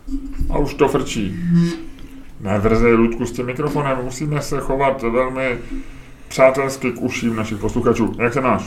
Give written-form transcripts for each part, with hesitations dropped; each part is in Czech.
A už to frčí. Nevrzej, Ludku, s tím mikrofonem. Musíme se chovat velmi přátelsky k uším našich posluchačů. Jak se máš?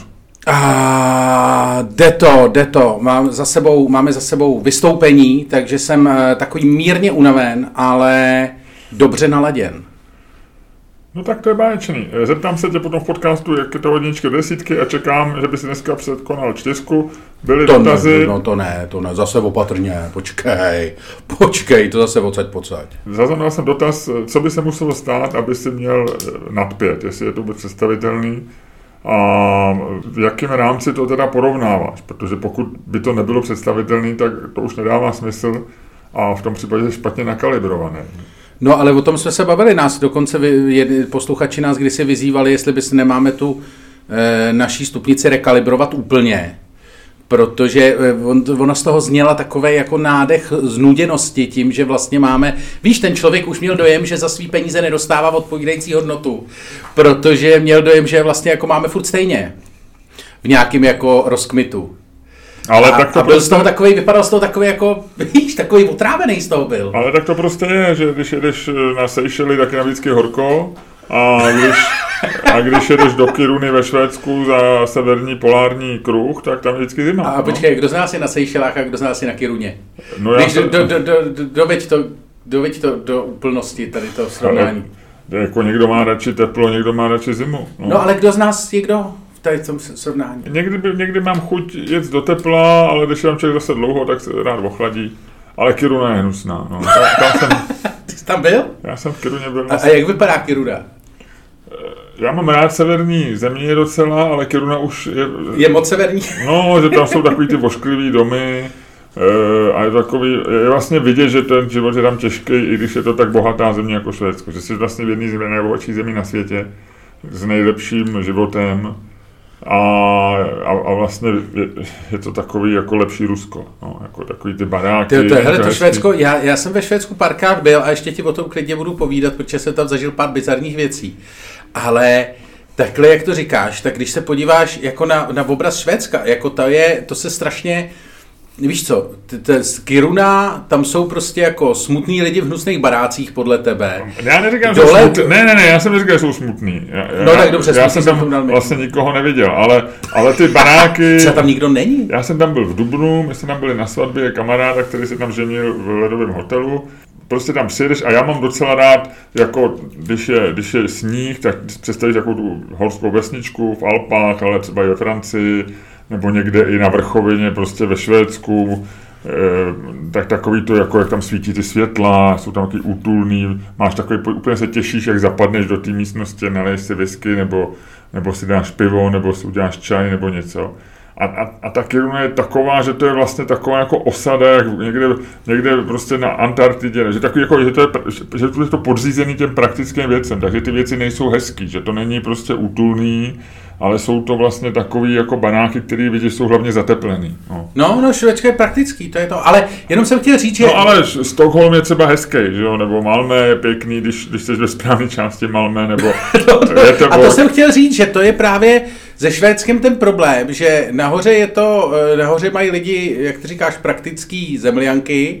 Jde to. Máme za sebou vystoupení, takže jsem takový mírně unaven, ale dobře naladěn. No tak to je báječný. Zeptám se tě potom v podcastu, jak je to od 1 do 10 a čekám, že by si dneska předkonal 4. Byly dotazy. To ne, zase opatrně, počkej, to zase odsaď pocať. Zaznamenal jsem dotaz, co by se muselo stát, aby si měl nad 5, jestli je to vůbec představitelný. A v jakém rámci to teda porovnáváš, protože pokud by to nebylo představitelné, tak to už nedává smysl a v tom případě je špatně nakalibrované. No ale o tom jsme se bavili, nás dokonce posluchači nás kdysi vyzývali, jestli bys nemáme tu naší stupnici rekalibrovat úplně, protože ona z toho zněla takovej jako nádech znuděnosti tím, že vlastně máme, víš, ten člověk už měl dojem, že za svý peníze nedostává odpovídající hodnotu, protože měl dojem, že vlastně jako máme furt stejně v nějakým jako rozkmitu. Ale tak to byl prostě... z toho takovej, vypadal z toho takový jako, víš, takový otrávený z toho byl. Ale tak to prostě je, že když jedeš na Seychely, tak je na vždycky horko a když jedeš do Kiruny ve Švédsku za severní polární kruh, tak tam je vždycky zima. A počkej, kdo z nás je na Seychelách a kdo z nás je na Kiruně? No doveď to do úplnosti tady to srovnání. Ale, jako někdo má radši teplo, někdo má radši zimu. No ale kdo z nás je kdo? Tady v tom srovnání. Někdy mám chuť jet do tepla, ale když tam člověk zase dlouho, tak se rád ochladí. Ale Kiruna je hnusná. No. Ty jsi tam byl? Já jsem v Kiruně byl. A jak vypadá Kiruna? Já mám rád severní země docela, ale Kiruna už je moc severní? No, že tam jsou takový ty vošklivý domy a je takový, je vlastně vidět, že ten život je tam těžký, i když je to tak bohatá země jako Švédsko. Že jsi vlastně v jedné z nejbohatších zemí na světě s nejlepším životem. A vlastně je to takový jako lepší Rusko, no, jako takový ty baráky. To Švédsko, já jsem ve Švédsku párkrát byl a ještě ti o tom klidně budu povídat, protože jsem tam zažil pár bizarních věcí. Ale takhle, jak to říkáš, tak když se podíváš jako na obraz Švédska, jako to se strašně, víš co, Kiruna, tam jsou prostě jako smutný lidi v hnusných barácích podle tebe. Já neříkám, že smutný. Ne, já jsem neříkal, že jsou smutný. No tak dobře, já jsem tam vlastně nikoho neviděl, ale ty baráky... Co tam nikdo není? Já jsem tam byl v dubnu, my jsme tam byli na svatbě kamaráda, který se tam ženil v ledovém hotelu. Prostě tam přijedeš a já mám docela rád, jako když je sníh, tak představíš takovou tu horskou vesničku v Alpách, ale třeba i ve Francii, nebo někde i na vrchovině, prostě ve Švédsku, tak takový to, jako jak tam svítí ty světla, jsou tam takový útulný, máš takový, úplně se těšíš, jak zapadneš do té místnosti, naleješ si whisky, nebo si dáš pivo, nebo si uděláš čaj, nebo něco. A ta Kiruna je taková, že to je vlastně taková jako osada, jak někde prostě na Antarktidě, že takový jako, že je to podřízený těm praktickým věcem, takže ty věci nejsou hezký, že to není prostě útulný, ale jsou to vlastně takový jako banáky, který vidíš, jsou hlavně zateplený. No, Švédsko je praktický, to je to, ale jenom jsem chtěl říct, že... No ale Stockholm je třeba hezký, že jo, nebo Malmö je pěkný, když jsi ve správné části Malmö, nebo... A to jsem chtěl říct, že to je právě se Švédskem ten problém, že nahoře mají lidi, jak ty říkáš, praktický zemljanky,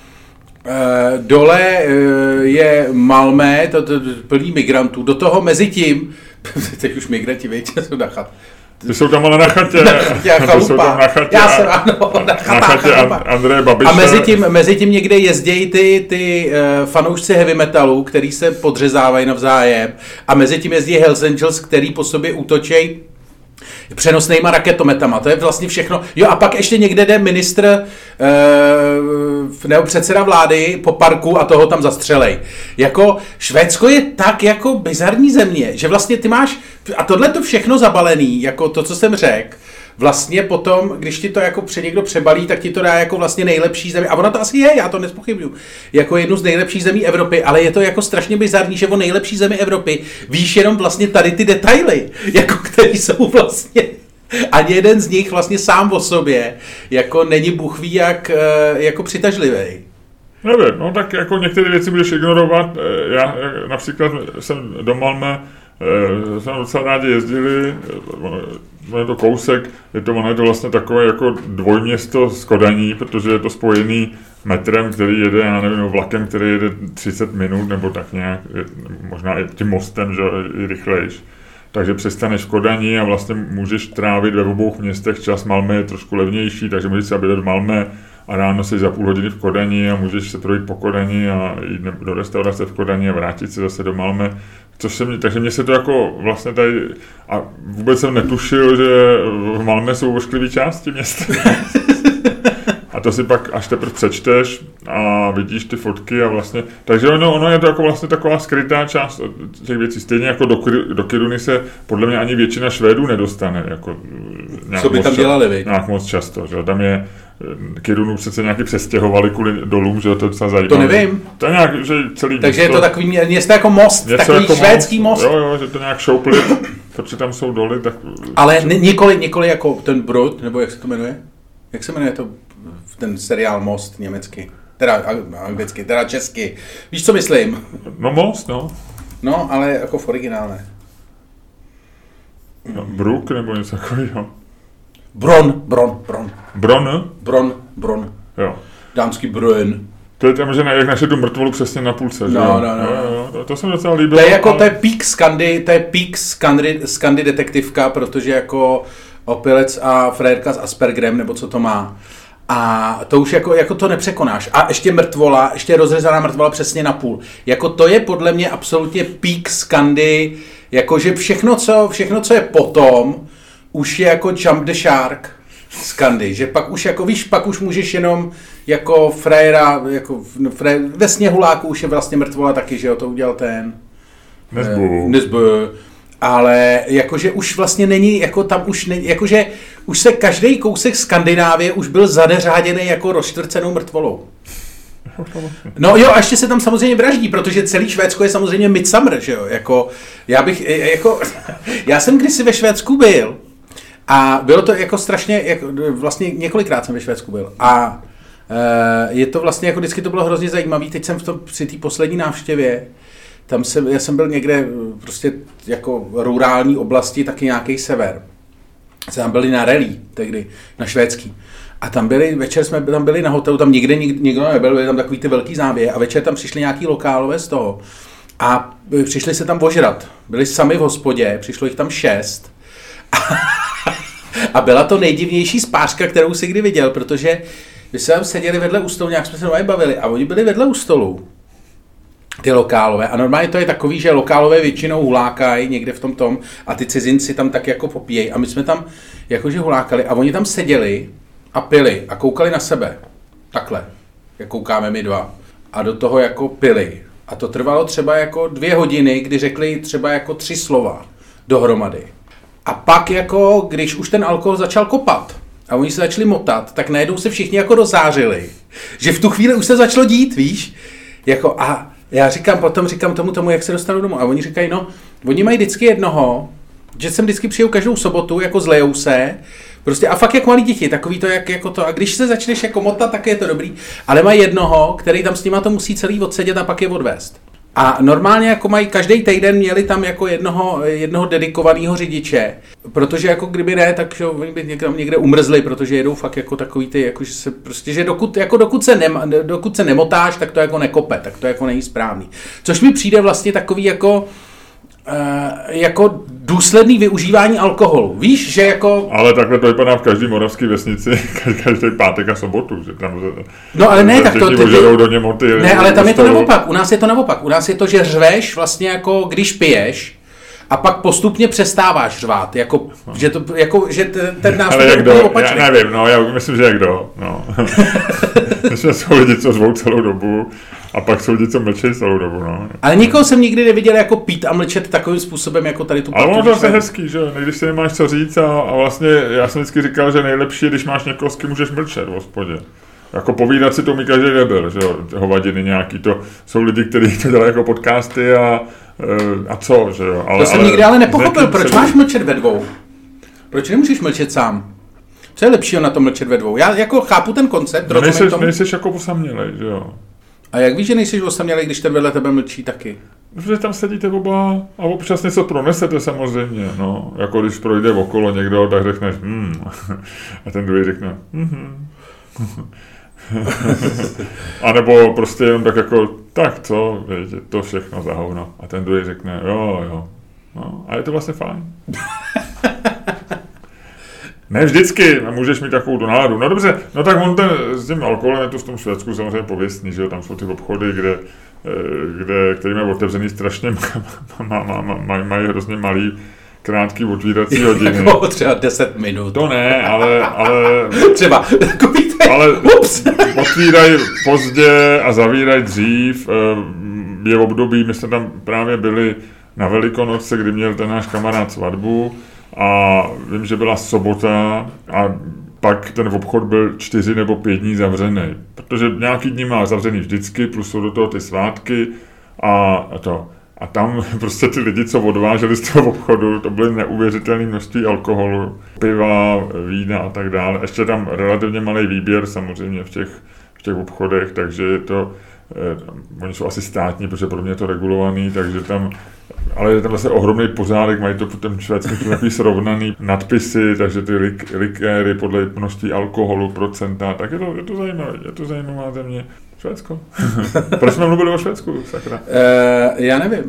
dole je Malmö, to plný migrantů, do toho mezi tím, teď už migranti většině jsou na chat. Ty jsou tam ale na chatě. Jsou tam na chatě. Já jsem, ano, na chatě Andreje Babiše. A mezi tím někde jezdějí ty fanoušci heavy metalu, který se podřezávají navzájem. A mezi tím jezdí Hells Angels, který po sobě útočí přenosnýma raketometama, to je vlastně všechno. Jo a pak ještě někde jde ministr nebo předseda vlády po parku a toho tam zastřelej. Jako Švédsko je tak jako bizarní země, že vlastně ty máš, a tohle to všechno zabalený, jako to, co jsem řekl, vlastně potom, když ti to jako někdo přebalí, tak ti to dá jako vlastně nejlepší zemi. A ona to asi je, já to nezpochybnuju. Jako jednu z nejlepších zemí Evropy, ale je to jako strašně bizarní, že o nejlepší zemi Evropy víš jenom vlastně tady ty detaily, jako které jsou vlastně... Ani jeden z nich vlastně sám o sobě jako není bůhví jak jako přitažlivý. Nevím, no tak jako některé věci budeš ignorovat. Já například jsem do Malmö, jsme docela rádi jezdili, je to kousek, ono je to vlastně takové jako dvojměsto z Kodaní, protože je to spojený metrem, který jede, já nevím, vlakem, který jede 30 minut, nebo tak nějak, možná i tím mostem, že i rychlejš. Takže přestaneš v Kodani a vlastně můžeš trávit ve obou městech čas. Malmö je trošku levnější, takže můžeš se objednat v Malmö a ráno jsi za půl hodiny v Kodani a můžeš se projít po Kodani a jít do restaurace v Kodani a vrátit se zase do Malmö. Takže mně se to jako vlastně tady, a vůbec jsem netušil, že v Malmö jsou ošklivé části města. A to si pak až teprve přečteš a vidíš ty fotky a vlastně, takže ono je to jako vlastně taková skrytá část těch věcí. Stejně jako do Kiruny se podle mě ani většina Švédů nedostane. Jako co by tam dělali, viď? Nějak moc často, že tam je Kirunu přece nějaký přestěhovali kvůli dolům, že to je docela zajímavé. To nevím. To je nějak, že celý takže město, je to takový město jako most, takový jako švédský most. Jo, že to nějak šoupli, protože tam jsou doly, tak... Ale nikoli jako ten Brod, nebo jak se to jmenuje? Jak se jmenuje to ten seriál Most německy? Teda anglicky, teda česky. Víš, co myslím? No Most, no. No, ale jako v originále. No, Brook nebo něco takového. Bron. Bron? Jo. Dámský Brun. To je tam, že jak našli tu mrtvolu přesně na půlce, že No. To se mi docela líbilo. To je jako, to je peak Scandy detektivka, protože jako opilec a frérka s Aspergerem, nebo co to má. A to už jako to nepřekonáš. A ještě rozřezaná mrtvola přesně na půl. Jako to je podle mě absolutně peak Scandy, jakože všechno, co je potom, už je jako Jump the Shark Scandy, že pak už jako víš, pak už můžeš jenom jako frajera, ve Sněhuláku už je vlastně mrtvola taky, že jo, to udělal ten Nesbo. Ale jakože už vlastně není, jako tam už není, jakože už se každý kousek Skandinávie už byl zadeřáděný jako rozštvrcenou mrtvolou. No jo, a ještě se tam samozřejmě vraždí, protože celý Švédsko je samozřejmě Midsummer, že jo, jako já jsem kdysi ve Švédsku byl a bylo to jako strašně, vlastně několikrát jsem ve Švédsku byl a je to vlastně jako vždycky to bylo hrozně zajímavý, teď jsem při té poslední návštěvě, já jsem byl někde prostě jako rurální oblasti, taky nějaký sever. Jsme tam byli na rally, tehdy, na švédský. A tam večer jsme tam byli na hotelu, tam nikdo nebyl, byly tam takový ty velký záběry a večer tam přišli nějaký lokálové z toho a přišli se tam ožrat. Byli sami v hospodě, přišlo jich tam 6 a byla to nejdivnější spářka, kterou si kdy viděl, protože my jsme tam seděli vedle u stolu, nějak jsme se bavili a oni byli vedle u stolu. Ty lokálové. A normálně to je takový, že lokálové většinou hulákají někde v tom a ty cizinci tam tak jako popíjejí. A my jsme tam jakože hulákali a oni tam seděli a pili a koukali na sebe. Takhle, jak koukáme my dva. A do toho jako pili. A to trvalo třeba jako 2 hodiny, kdy řekli třeba jako 3 slova dohromady. A pak jako, když už ten alkohol začal kopat a oni se začali motat, tak najednou se všichni jako dozářili. Že v tu chvíli už se začalo dít, víš? Jako a já potom říkám tomu, jak se dostanu domů. A oni říkají, no, oni mají vždycky jednoho, že sem vždycky přijou každou sobotu, jako zlejou se, prostě a fakt jak malí děti, takový to, jak jako to. A když se začneš jako motat, tak je to dobrý. Ale mají jednoho, který tam s nima to musí celý odsedět a pak je odvést. A normálně jako mají každý týden měli tam jako jednoho dedikovaného řidiče, protože jako kdyby ne, tak že oni by někde umrzli, protože jedou fakt jako takový ty, jako že se prostě, že dokud se nemotáš, tak to jako nekope, tak to jako není správný. Což mi přijde vlastně takový jako důsledný využívání alkoholu. Víš, že jako... Ale takhle to vypadá v každé moravské vesnici, každý pátek a sobotu, že tam... No ale ne, tak to... do němoty, ne, ale tam je to naopak, u nás je to naopak. U nás je to, že řveš vlastně jako když piješ a pak postupně přestáváš řvát, jako, že ten nástup je úplně opačný. Já nevím, no, já myslím, že jak kdo, no. Myslím, že jsou lidi, co řvou celou dobu a pak jsou lidi, co mlčejí celou dobu, no. Ale nikoho jsem nikdy neviděl jako pít a mlčet takovým způsobem, jako tady tu partu. Ale ono to je hezký, že když si nemáš co říct a vlastně já jsem vždycky říkal, že nejlepší je, když máš někoho, s kým můžeš mlčet v hospodě. Jako povídat si to mi každý nebyl, že jo, hovadiny nějaký, to jsou lidi, kteří to dělají jako podcasty a co, že jo. To jsem nikdy ale nepochopil, proč máš mlčet ve dvou? Proč nemůžeš mlčet sám? Co je lepšího na tom mlčet ve dvou? Já jako chápu ten koncept. No nejseš jako osamělej, že jo. A jak víš, že nejseš osamělej, když ten vedle tebe mlčí taky? Protože tam sedíte oba a občas něco pronesete samozřejmě, no. Jako když projde okolo někdo, tak řekneš a ten druhý řekne A nebo prostě jenom tak jako, tak co, je to všechno za hovno. A ten druhý řekne, jo. No, a je to vlastně fajn. Ne vždycky, můžeš mít takovou tu náladu. No dobře, no tak on s tím alkoholem je to v tom Švédsku samozřejmě pověstný, že jo, tam jsou ty obchody, který mají otevřený strašně, mají hrozně malý, krátký otvírací hodiny. Jako třeba 10 minut. To ne, ale třeba takový ale otvírají pozdě a zavírají dřív. Je období, my jsme tam právě byli na Velikonoce, kdy měl ten náš kamarád svatbu a vím, že byla sobota a pak ten obchod byl 4 nebo 5 dní zavřený, protože nějaký dní má zavřený vždycky, plus jsou do toho ty svátky a to. A tam prostě ty lidi, co odváželi z toho obchodu, to byly neuvěřitelné množství alkoholu, piva, vína a tak dále. Ještě tam relativně malý výběr samozřejmě v těch obchodech, takže je to, oni jsou asi státní, protože pro mě je to regulovaný, takže tam, ale je tam zase ohromný pořádek, mají to ten švédský takový srovnaný nadpisy, takže ty likéry podle množství alkoholu, procenta, tak je to zajímavé, je to zajímavá země. Švédsko. Proč jsme mluvili o Švédsku, sakra? Já nevím.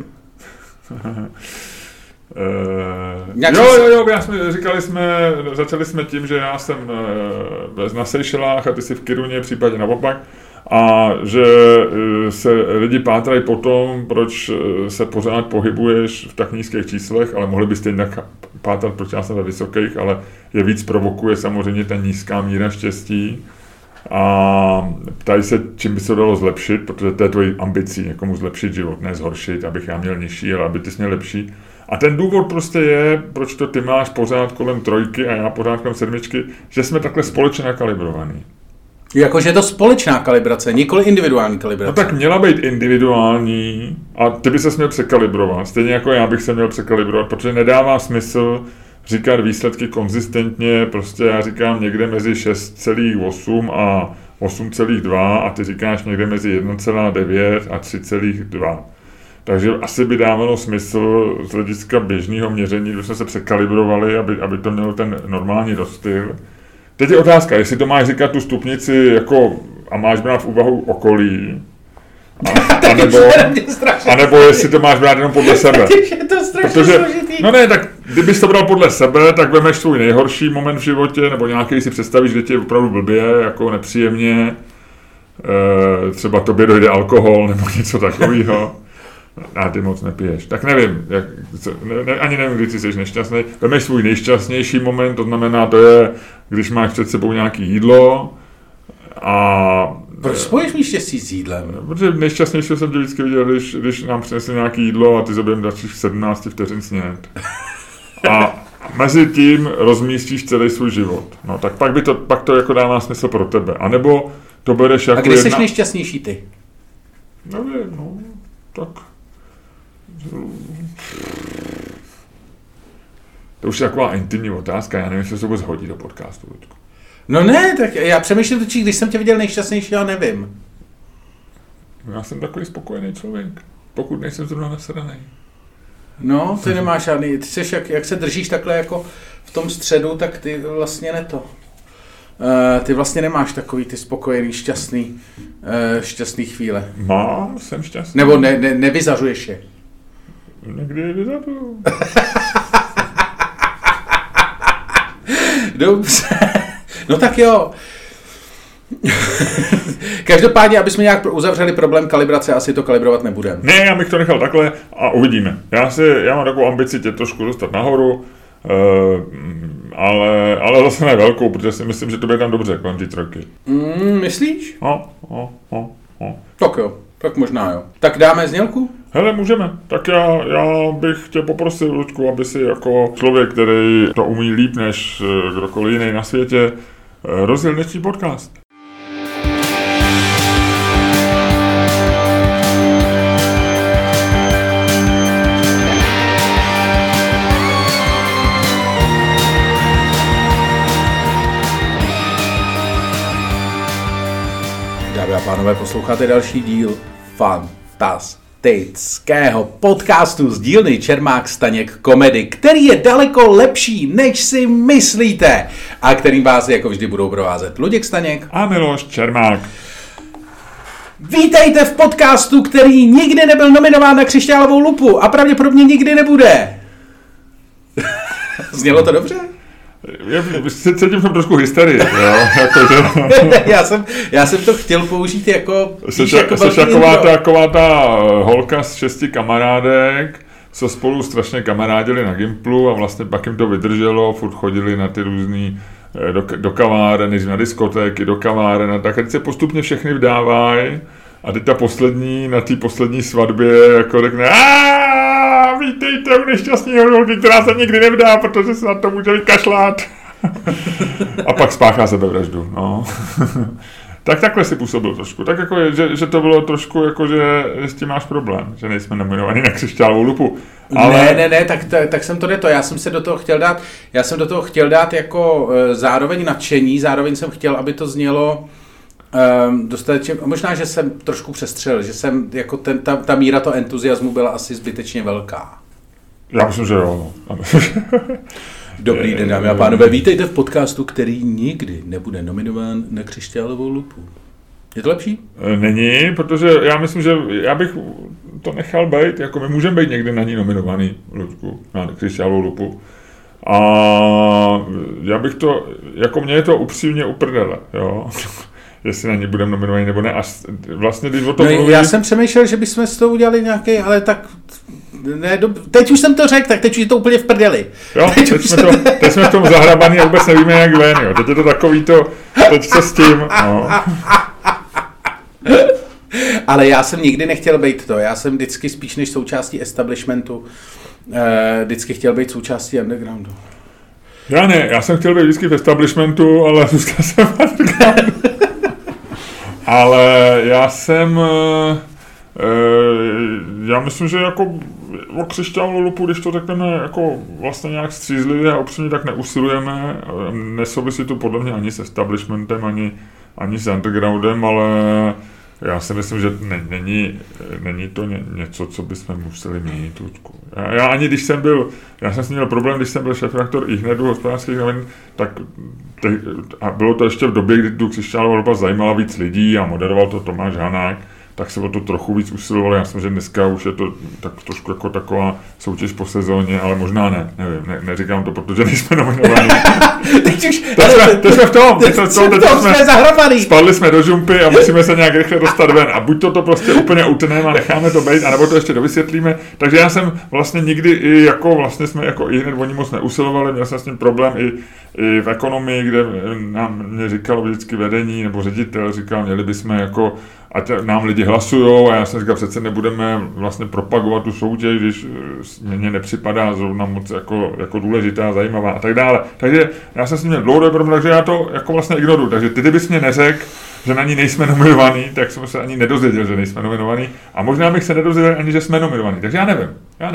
Jo, začali jsme tím, že já jsem na Seychelách a ty jsi v Kiruně, případně naopak, a že se lidi pátrají po tom, proč se pořád pohybuješ v tak nízkých číslech, ale mohli by stejně tak pátrat, proč já jsem ve vysokých, ale je víc provokuje samozřejmě ta nízká míra štěstí. A ptají se, čím by se dalo zlepšit, protože to je tvojí ambicí, někomu zlepšit život, ne zhoršit, abych já měl nižší, ale aby ty jsi měl lepší. A ten důvod prostě je, proč to ty máš pořád kolem 3 a já pořád kolem 7, že jsme takhle společně nakalibrovaný. Jakože je to společná kalibrace, nikoli individuální kalibrace. No tak měla být individuální a ty by ses měl překalibrovat, stejně jako já bych se měl překalibrovat, protože nedává smysl říkat výsledky konzistentně, prostě já říkám někde mezi 6,8 a 8,2 a ty říkáš někde mezi 1,9 a 3,2. Takže asi by dávalo smysl z hlediska běžného měření, když jsme se překalibrovali, aby to mělo ten normální rozstyl. Teď je otázka, jestli to máš říkat tu stupnici jako, a máš brát v úvahu okolí, a nebo jestli to máš brát jenom podle sebe. Protože, no ne, tak kdybys to bral podle sebe, tak vemeš svůj nejhorší moment v životě, nebo nějaký si představíš, že ti je opravdu blbě, jako nepříjemně, třeba tobě dojde alkohol nebo něco takového. A ty moc nepiješ. Tak nevím, ani nevím, kdy jsi nešťastný. Vemeš svůj nejšťastnější moment, to znamená, to je, když máš před sebou nějaké jídlo a... Proč spojíš mi štěstí s jídlem? Protože nejšťastnější jsem tě vždycky viděl, když nám přinesli nějaké jídlo a ty zoběm dačíš 17 vteřin snět. A mezi tím rozmístíš celý svůj život. No tak pak to jako dává smysl pro tebe. A nebo to bereš jako a kdy jsi nejšťastnější ty? Nevím, no, tak... To už je taková intimní otázka, já nevím, jestli se to vůbec hodí do podcastu. No ne, tak já přemýšlím točí, když jsem tě viděl nejšťastnější, já nevím. Já jsem takový spokojený člověk, pokud nejsem zrovna nasranej. No, ty nemáš žádný, ty jsi jak se držíš takhle jako v tom středu, tak ty vlastně ty vlastně nemáš takový ty spokojený, šťastný chvíle. Jsem šťastný. Nebo nevyzařuješ je. Někdy je vyzařuju. Dobře. No tak jo. Každopádně, aby jsme nějak uzavřeli problém kalibrace, asi to kalibrovat nebudeme. Ne, já bych to nechal takhle a uvidíme. Já mám takovou ambici tě trošku dostat nahoru, ale zase ne velkou, protože si myslím, že to bude tam dobře kolem ty 3. Myslíš? No. Tak jo, tak možná jo. Tak dáme znělku? Hele, můžeme. Tak já bych tě poprosil, Luďku, aby si jako člověk, který to umí líp než kdokoliv jiný na světě, rozjel dnešní podcast. Dámy a pánové, posloucháte další díl Fantastického fantastického podcastu z dílny Čermák Staněk Komedy, který je daleko lepší, než si myslíte a kterým vás jako vždy budou provázet Luděk Staněk a Miloš Čermák. Vítejte v podcastu, který nikdy nebyl nominován na Křišťálovou lupu a pravděpodobně nikdy nebude. Znělo to dobře? Cítím jsem trošku hysterii, jo, jakože... já jsem to chtěl použít jako... Jsi taková ta holka z 6 kamarádek, co spolu strašně kamarádili na Gimplu a vlastně pak jim to vydrželo, furt chodili na ty různý do kaváren, než na diskotéky, do kaváren a tak, a teď se postupně všechny vdávají a teď ta poslední, na té poslední svatbě jako řekne vítejte u nešťastného holky, která se nikdy nevdá, protože se na to může vykašlat. A pak spáchá sebevraždu, no. Tak takhle si působil trošku. Tak jako že to bylo trošku jako, že s tím máš problém, že nejsme nominovaní na Křišťálovou lupu. Ale... Ne, tak jsem to neto. Já jsem do toho chtěl dát jako zároveň nadšení, zároveň jsem chtěl, aby to znělo dostatečně, možná, že jsem trošku přestřelil, že jsem jako ta míra toho entuziasmu byla asi zbytečně velká. Já myslím, že jo. Dobrý den, dámy a pánové, vítejte v podcastu, který nikdy nebude nominován na Křišťálovou lupu. Je to lepší? Není, protože já myslím, že já bych to nechal být, jako my můžeme být někdy na ní nominovaný, Ludku, na Křišťálovou lupu. A já bych to, jako mě je to upřímně uprdele, jo. Jestli na ní budeme nominovaní nebo ne. Až vlastně, když o tom mluví... Já jsem přemýšlel, že bychom s toho udělali nějaký, ale tak... Ne, teď už jsem to řekl, tak teď už je to úplně v prdeli. Jo, teď jsme v tom zahrabaný a vůbec nevíme, jak ven, jo. Teď je to takový to, teď co s tím, no. Ale já jsem nikdy nechtěl být to, já jsem vždycky spíš než součástí establishmentu, vždycky chtěl být součástí undergroundu. Já ne, já jsem chtěl být vždycky v establishmentu, ale zůstal jsem v undergroundu. Ale já myslím, že jako o Křišťálovou lupu, když to řekneme jako vlastně nějak střízlivě a upřímně, tak neusilujeme. Nesouvisí to podle mě ani s establishmentem, ani s undergroundem, ale já si myslím, že není to něco, co bychom museli měnit. Já ani když jsem měl problém, když jsem byl šéfredaktor iHnedu Hospodářských novin, tak a bylo to ještě v době, kdy tu Křišťálovou lupa zajímala víc lidí a moderoval to Tomáš Hanák, tak se o to trochu víc usiloval. Já myslím, že dneska už je to tak trošku jako taková soutěž po sezóně, ale možná nevím, neříkám to, protože nejsme nominovaní. Teď jsme v tom, jsme zahrabaný. Spadli jsme do žumpy a musíme se nějak rychle dostat ven. A buď to prostě úplně utneme a necháme to být, anebo to ještě dovysvětlíme. Takže já jsem vlastně nikdy i jako vlastně jsme jako i hned oni moc neusilovali, měl jsem s tím problém i v ekonomii, kde mě říkalo vždycky vedení nebo ředitel, říkal, měli bychom jako ať nám lidi hlasujou a já jsem říkal, přece nebudeme vlastně propagovat tu soutěž, když mě nepřipadá zrovna moc jako důležitá, zajímavá a tak dále. Takže já jsem s ním měl dlouhodobý problém, takže já to jako vlastně ignoruju. Takže ty bys mě neřekl, že na ní nejsme nominovaní, tak jsem se ani nedozvěděl, že nejsme nominovaní a možná bych se nedozvěděl ani, že jsme nominovaní. Takže já nevím.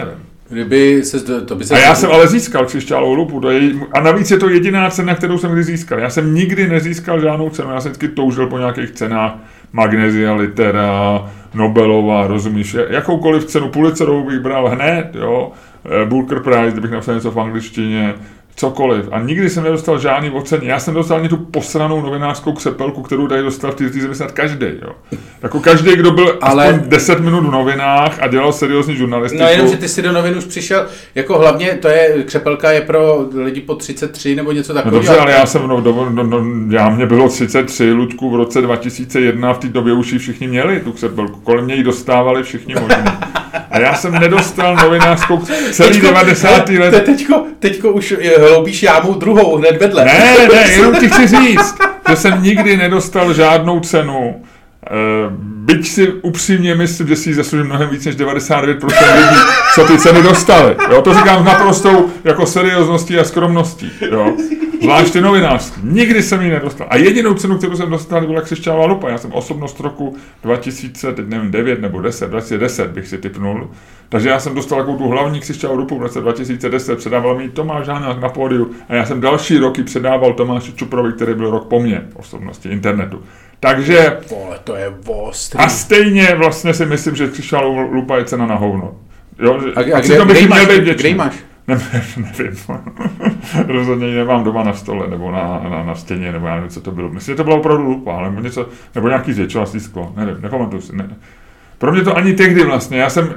A já jsem ale získal Křišťálovou lupu, a navíc je to jediná cena, kterou jsem kdy získal. Já jsem nikdy nezískal žádnou cenu, já jsem vždycky toužil po nějakých cenách, Magnesia Litera, Nobelova, rozumíš, jakoukoliv cenu, Pulitzerovou bych bral hned, jo, Booker Prize, kdybych napsal něco v angličtině, cokoliv. A nikdy jsem nedostal žádný ocenění. Já jsem dostal ani tu posranou novinářskou křepelku, kterou tady dostal v té zemi snad každý, jo. Jako každý, kdo byl aspoň 10 minut v novinách a dělal seriózní žurnalistiku. No jenom, že ty si do novin už přišel, jako hlavně křepelka je pro lidi po 33 nebo něco takového. No dobře, ale já jsem, mě bylo 33, Ludku, v roce 2001, v té době už ji všichni měli, tu křepelku, kolem mě ji dostávali všichni možný. A já jsem nedostal novinářskou celý 90. let. Teďko už hloubíš jámu druhou hned vedle. Ne, jenom ti chci říct, že jsem nikdy nedostal žádnou cenu. Byť si upřímně myslím, že si ji zasloužím mnohem víc než 99% lidí, co ty ceny dostali. Jo, to říkám s naprostou jako seriózností a skromností. Jo. Zvláště novinářství. Nikdy jsem ji nedostal. A jedinou cenu, kterou jsem dostal, byla Křišťálová lupa. Já jsem osobnost roku 2009 nebo 2010 bych si tipnul. Takže já jsem dostal takovou tu hlavní Křišťálovou lupu v roce 2010, předával mi Tomáš Hanák na pódiu a já jsem další roky předával Tomáši Čuprovi, který byl rok po mně v osobnosti internetu. Takže... Vole, to je ostrý. A stejně vlastně si myslím, že křišťálová lupa je cena na hovno. Jo? A kde ji máš? Nevím. Rozhodně ji nemám doma na stole, nebo na stěně, nebo já nevím, co to bylo. Myslím, že to byla opravdu lupa, nebo nějaký zvětšovací sklo. Nevím, nepamatuju si. Ne. Pro mě to ani tehdy vlastně. Já jsem...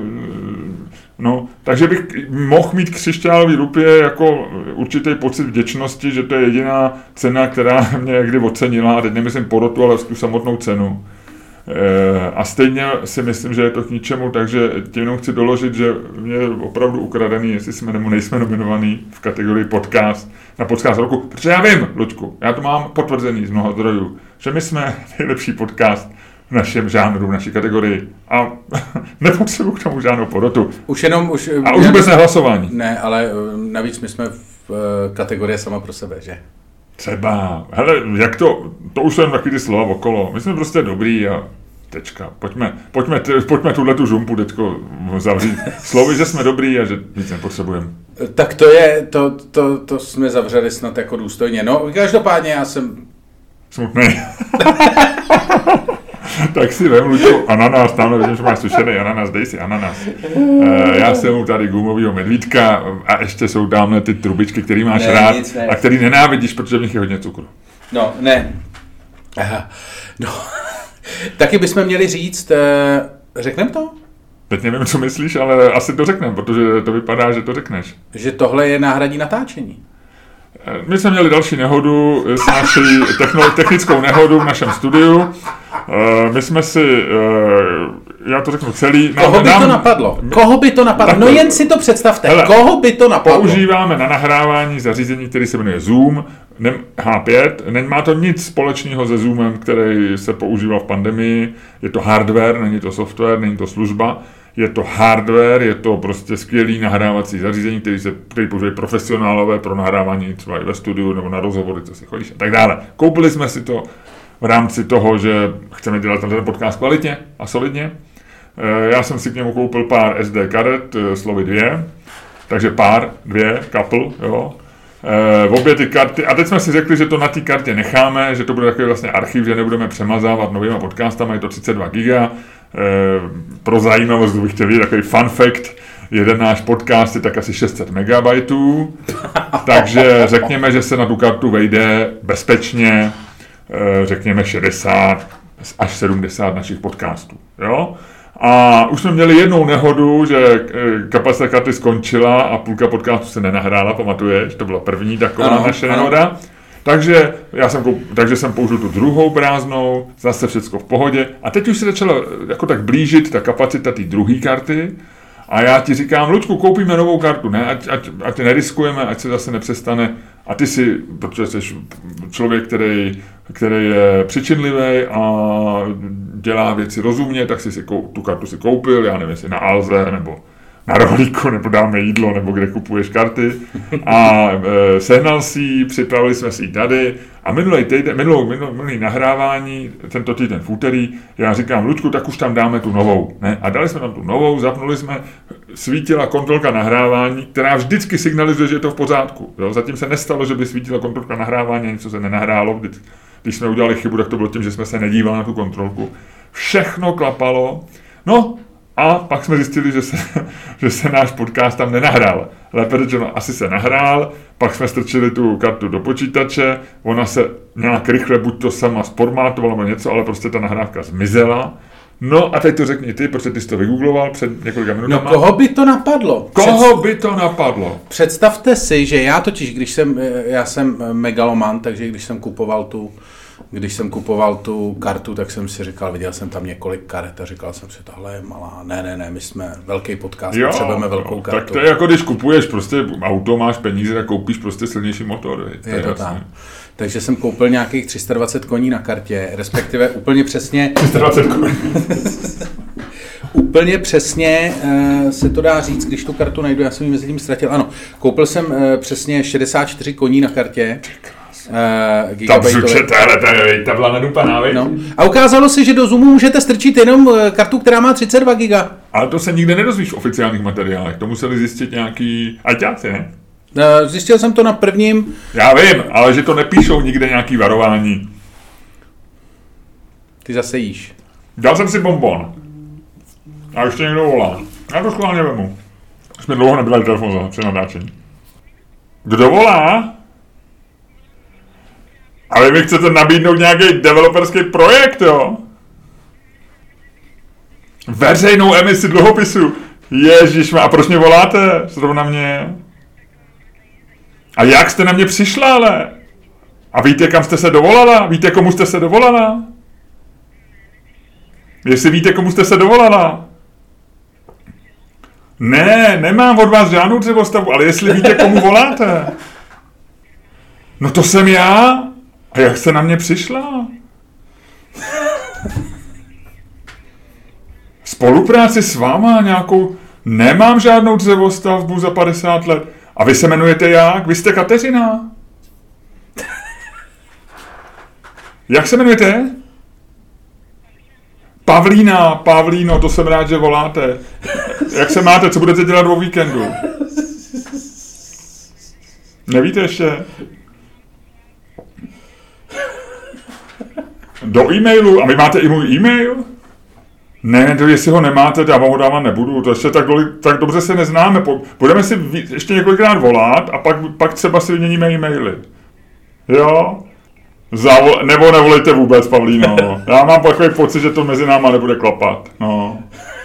takže bych mohl mít křišťálový lupě jako určitý pocit vděčnosti, že to je jediná cena, která mě někdy ocenila, a teď nemyslím porotu, ale tu samotnou cenu. A stejně si myslím, že je to k ničemu, takže tím jenom chci doložit, že mě je opravdu ukradený, jestli jsme nebo nejsme nominovaný v kategorii podcast na podcast roku. Protože já vím, Luďku, já to mám potvrzený z mnoha zdrojů, že my jsme nejlepší podcast v našem žánru, v naší kategorii. A nepotřebuji k tomu žádnou porotu. Už vůbec nehlasování. Ne, ale navíc my jsme v kategorii sama pro sebe, že? Třeba. Hele, jak to už jsou jen takový ty slova okolo. My jsme prostě dobrý a tečka. Pojďme tuhletu žumpu teďko zavřít. Slovy, že jsme dobrý a že víc nepotřebujeme. Tak to jsme zavřeli snad jako důstojně. No, každopádně já jsem... Smutný. Tak si vem, Luďko, ananas, tamhle vidím, že máš sušený ananas, dej si ananas. Já jsem mu tady gumovýho medvídka a ještě jsou tamhle ty trubičky, který máš rád a který nenávidíš, protože v nich je hodně cukru. No, ne. Aha. No. Taky bychom měli říct, řekneme to? Teď nevím, co myslíš, ale asi to řekneme, protože to vypadá, že to řekneš. Že tohle je náhradní natáčení. My jsme měli další nehodu, s naší technickou nehodu v našem studiu. My jsme si, já to řeknu celý... Koho by to napadlo? No jen si to představte. Hele, koho by to napadlo? Používáme na nahrávání zařízení, který se jmenuje Zoom H5. Nemá to nic společného se Zoomem, který se používal v pandemii. Je to hardware, není to software, není to služba. Je to hardware, je to prostě skvělý nahrávací zařízení, který používají profesionálové pro nahrávání třeba i ve studiu nebo na rozhovory, co si chodíš a tak dále. Koupili jsme si to v rámci toho, že chceme dělat ten podcast kvalitně a solidně. Já jsem si k němu koupil pár SD karet, slovy 2, takže couple, jo. Obě ty karty, a teď jsme si řekli, že to na té kartě necháme, že to bude takový vlastně archiv, že nebudeme přemazávat novýma podcastama, je to 32 giga. Pro zajímavost bych chtěl vidět takový fun fact, jeden náš podcast je tak asi 600 megabajtů, takže řekněme, že se na tu kartu vejde bezpečně, řekněme 60 až 70 našich podcastů, jo? A už jsme měli jednou nehodu, že kapacita karty skončila a půlka podcastu se nenahrála, pamatuješ? To byla první taková naše nehoda. Takže jsem použil tu druhou prázdnou, zase všecko v pohodě. A teď už se začalo jako tak blížit ta kapacita té druhé karty. A já ti říkám, Luďku, koupíme novou kartu, ne? Ať neriskujeme, ať se zase nepřestane. A ty si, protože jsi člověk, který je přičinlivý a dělá věci rozumně, tak si tu kartu si koupil, já nevím, jestli na Alze nebo na Rohlíku, nebo dáme jídlo, nebo kde kupuješ karty. A sehnal si ji, připravili jsme si ji tady. A minulý nahrávání, tento týden v úterý, já říkám, Luďku, tak už tam dáme tu novou. Ne? A dali jsme tam tu novou, zapnuli jsme, svítila kontrolka nahrávání, která vždycky signalizuje, že je to v pořádku. Jo? Zatím se nestalo, že by svítila kontrolka nahrávání a něco se nenahrálo. Když jsme udělali chybu, tak to bylo tím, že jsme se nedívali na tu kontrolku. Všechno klapalo. No, a pak jsme zjistili, že se náš podcast tam nenahrál. Lépe řečeno, asi se nahrál, pak jsme strčili tu kartu do počítače, ona se nějak rychle buď to sama zformátovala nebo něco, ale prostě ta nahrávka zmizela. No a teď to řekni ty, protože ty jsi to vygoogloval před několika minutami. No koho by to napadlo? By to napadlo? Představte si, že já totiž, já jsem megaloman, takže když jsem kupoval tu kartu, tak jsem si říkal, viděl jsem tam několik karet a říkal jsem si, tohle je malá. Ne, my jsme velký podcast, potřebujeme velkou kartu. Tak to je jako když kupuješ prostě auto, máš peníze a koupíš prostě silnější motor. Je to tak. Takže jsem koupil nějakých 320 koní na kartě, respektive úplně přesně... 320 koní. Úplně přesně se to dá říct, když tu kartu najdu, já jsem ji mezi tím ztratil. Ano, koupil jsem přesně 64 koní na kartě. Ta byla nadupaná, no. A ukázalo se, že do Zoomu můžete strčit jenom kartu, která má 32 giga. Ale to se nikde nedozvíš v oficiálních materiálech, to museli zjistit nějaký ajťáci, ne? Zjistil jsem to na prvním. Já vím, ale že to nepíšou nikde nějaký varování. Ty zase jíš. Dal jsem si bonbon. A ještě někdo volá. Já to schválně vemu. Jsme dlouho nebyli telefon při natáčení. Kdo volá? A vy mi chcete nabídnout nějaký developerský projekt, jo? Veřejnou emisi dluhopisu. Ježišma, a proč mě voláte? Zrovna mě. A jak jste na mě přišla, ale? A víte, kam jste se dovolala? Víte, komu jste se dovolala? Jestli víte, komu jste se dovolala? Ne, nemám od vás žádnou dřevostavbu, ale jestli víte, komu voláte. No to jsem já. A jak jste na mě přišla? Spolupráci s váma nějakou... Nemám žádnou dřevostavbu za 50 let. A vy se jmenujete jak? Vy jste Kateřina. Jak se jmenujete? Pavlíno, to jsem rád, že voláte. Jak se máte? Co budete dělat o víkendu? Nevíte ještě? Do e-mailu? A vy máte i můj e-mail? Ne, to jestli ho nemáte, já vám ho dávat nebudu. To ještě tak dobře se neznáme. Budeme si ještě několikrát volat a pak třeba si vyměníme e-maily. Jo? Nebo nevolejte vůbec, Pavlíno. Já mám takový pocit, že to mezi náma nebude klapat. No.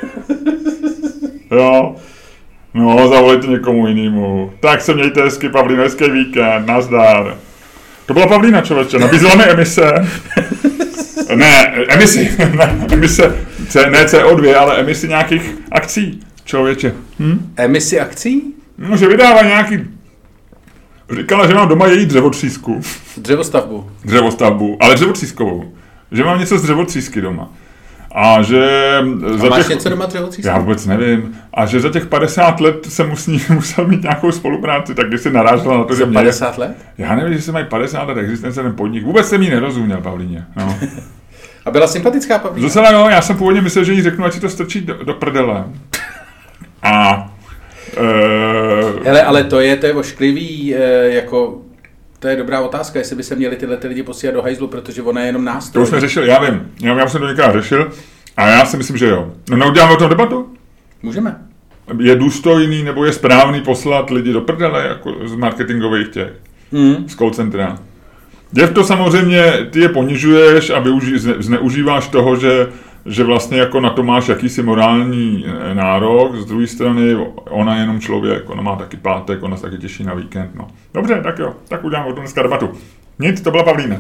Jo. No, zavolejte někomu jinému. Tak se mějte hezky, Pavlíno, hezký víkend, nazdar. To byla Pavlína, člověče, nabízela mi emise. Ne, emise, ne CO2, ale emisi nějakých akcí, člověče. Emisi akcí? No, že vydává nějaký... Říkala, že mám doma její dřevotřísku. Dřevostavbu, ale dřevotřískovou. Že mám něco z dřevotřísky doma. A že... A máš něco doma dřevotřísky? Já vůbec nevím. A že za těch 50 let jsem musel mít nějakou spolupráci, tak když se narážela na to, že 50 let? Já nevím, že se mají 50 let existence ten podnik. Vůbec jsem jí nerozuměl, Pavlíně. No. A byla sympatická Pavlína? Docela no, já jsem původně myslel, že jí řeknu, ať si to strčí do prdele. A... Hele, ale to je ošklivý, jako... To je dobrá otázka, jestli by se měli tyhle lidi posílat do hajzlu, protože ona je jenom nástroj. To už jsme řešili, já vím. Já jsem to někdy řešil a já si myslím, že jo. No neuděláme o tom debatu? Můžeme. Je důstojný nebo je správný poslat lidi do prdele, jako z marketingových těch, z call centra. Je to samozřejmě, ty je ponižuješ a zneužíváš toho, že vlastně jako na to máš jakýsi morální nárok, z druhé strany ona je jenom člověk, ona má taky pátek, ona se taky těší na víkend, no. Dobře, tak jo, tak uděláme o tom dneska debatu. Nic, to byla Pavlína.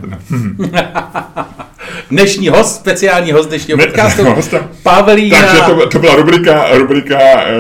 Dnešní host, speciální host dnešního podcastu, Pavlína. Takže to byla rubrika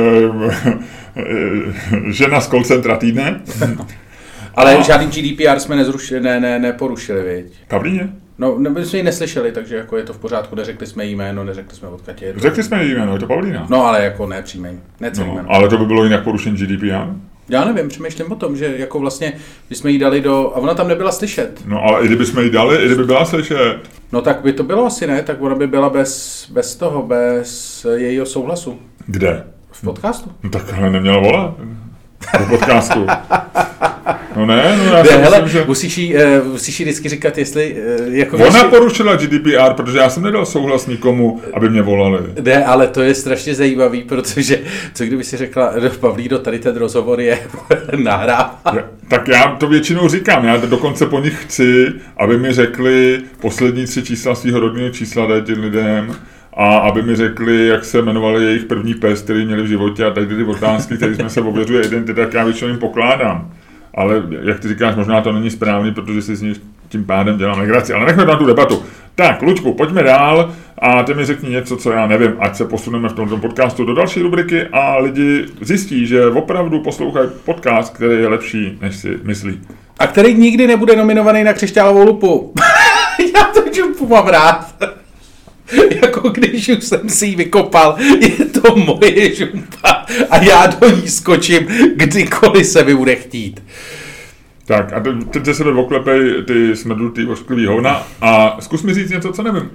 žena z call centra týdne. Ale žádný GDPR jsme neporušili, viď? Pavlíně? No, my jsme ji neslyšeli, takže jako je to v pořádku, neřekli jsme jí jméno, neřekli jsme odkud je to. Řekli jsme jí jméno, je to Pavlína. No, ale jako ne příjmení, ne celý jméno. Ale to by bylo jinak porušení GDPR? Já nevím, přemýšlím o tom, že jako vlastně, když jsme jí dali a ona tam nebyla slyšet. No, ale i kdyby jsme jí dali, i kdyby byla slyšet. No, tak by to bylo asi, ne? Tak ona by byla bez jejího souhlasu. Kde? V podcastu. No tak ale neměla volat. Do podcastu. No ne, no já myslím, že... Musíš jí vždycky říkat, jestli... Jako ona porušila GDPR, protože já jsem nedal souhlas nikomu, aby mě volali. Ne, ale to je strašně zajímavý, protože co kdyby si řekla, Pavlíno, tady ten rozhovor je nahrává. Tak já to většinou říkám, já dokonce po nich chci, aby mi řekli poslední 3 čísla svého rodného čísla, dát těm lidem, a aby mi řekli, jak se jmenovali jejich první pes, který měli v životě a tady ty otázky, které jsme se ověřuje identity, tak já většinou jim pokládám. Ale jak ty říkáš, možná to není správný, protože si s ní tím pádem dělám legraci. Ale nechme na tu debatu. Tak, Luďku, pojďme dál a ty mi řekni něco, co já nevím, ať se posuneme v tomto podcastu do další rubriky a lidi zjistí, že opravdu poslouchají podcast, který je lepší, než si myslí. A který nikdy nebude nominovaný na křišťálovou lupu. Já to žumpu mám rád. Jako když už jsem si ji vykopal, je to moje žumpa a já do ní skočím, kdykoliv se mi bude chtít. Tak a teď se sebe oklepej ty smrdutý ošklivý hovna a zkus mi říct něco, co nevím.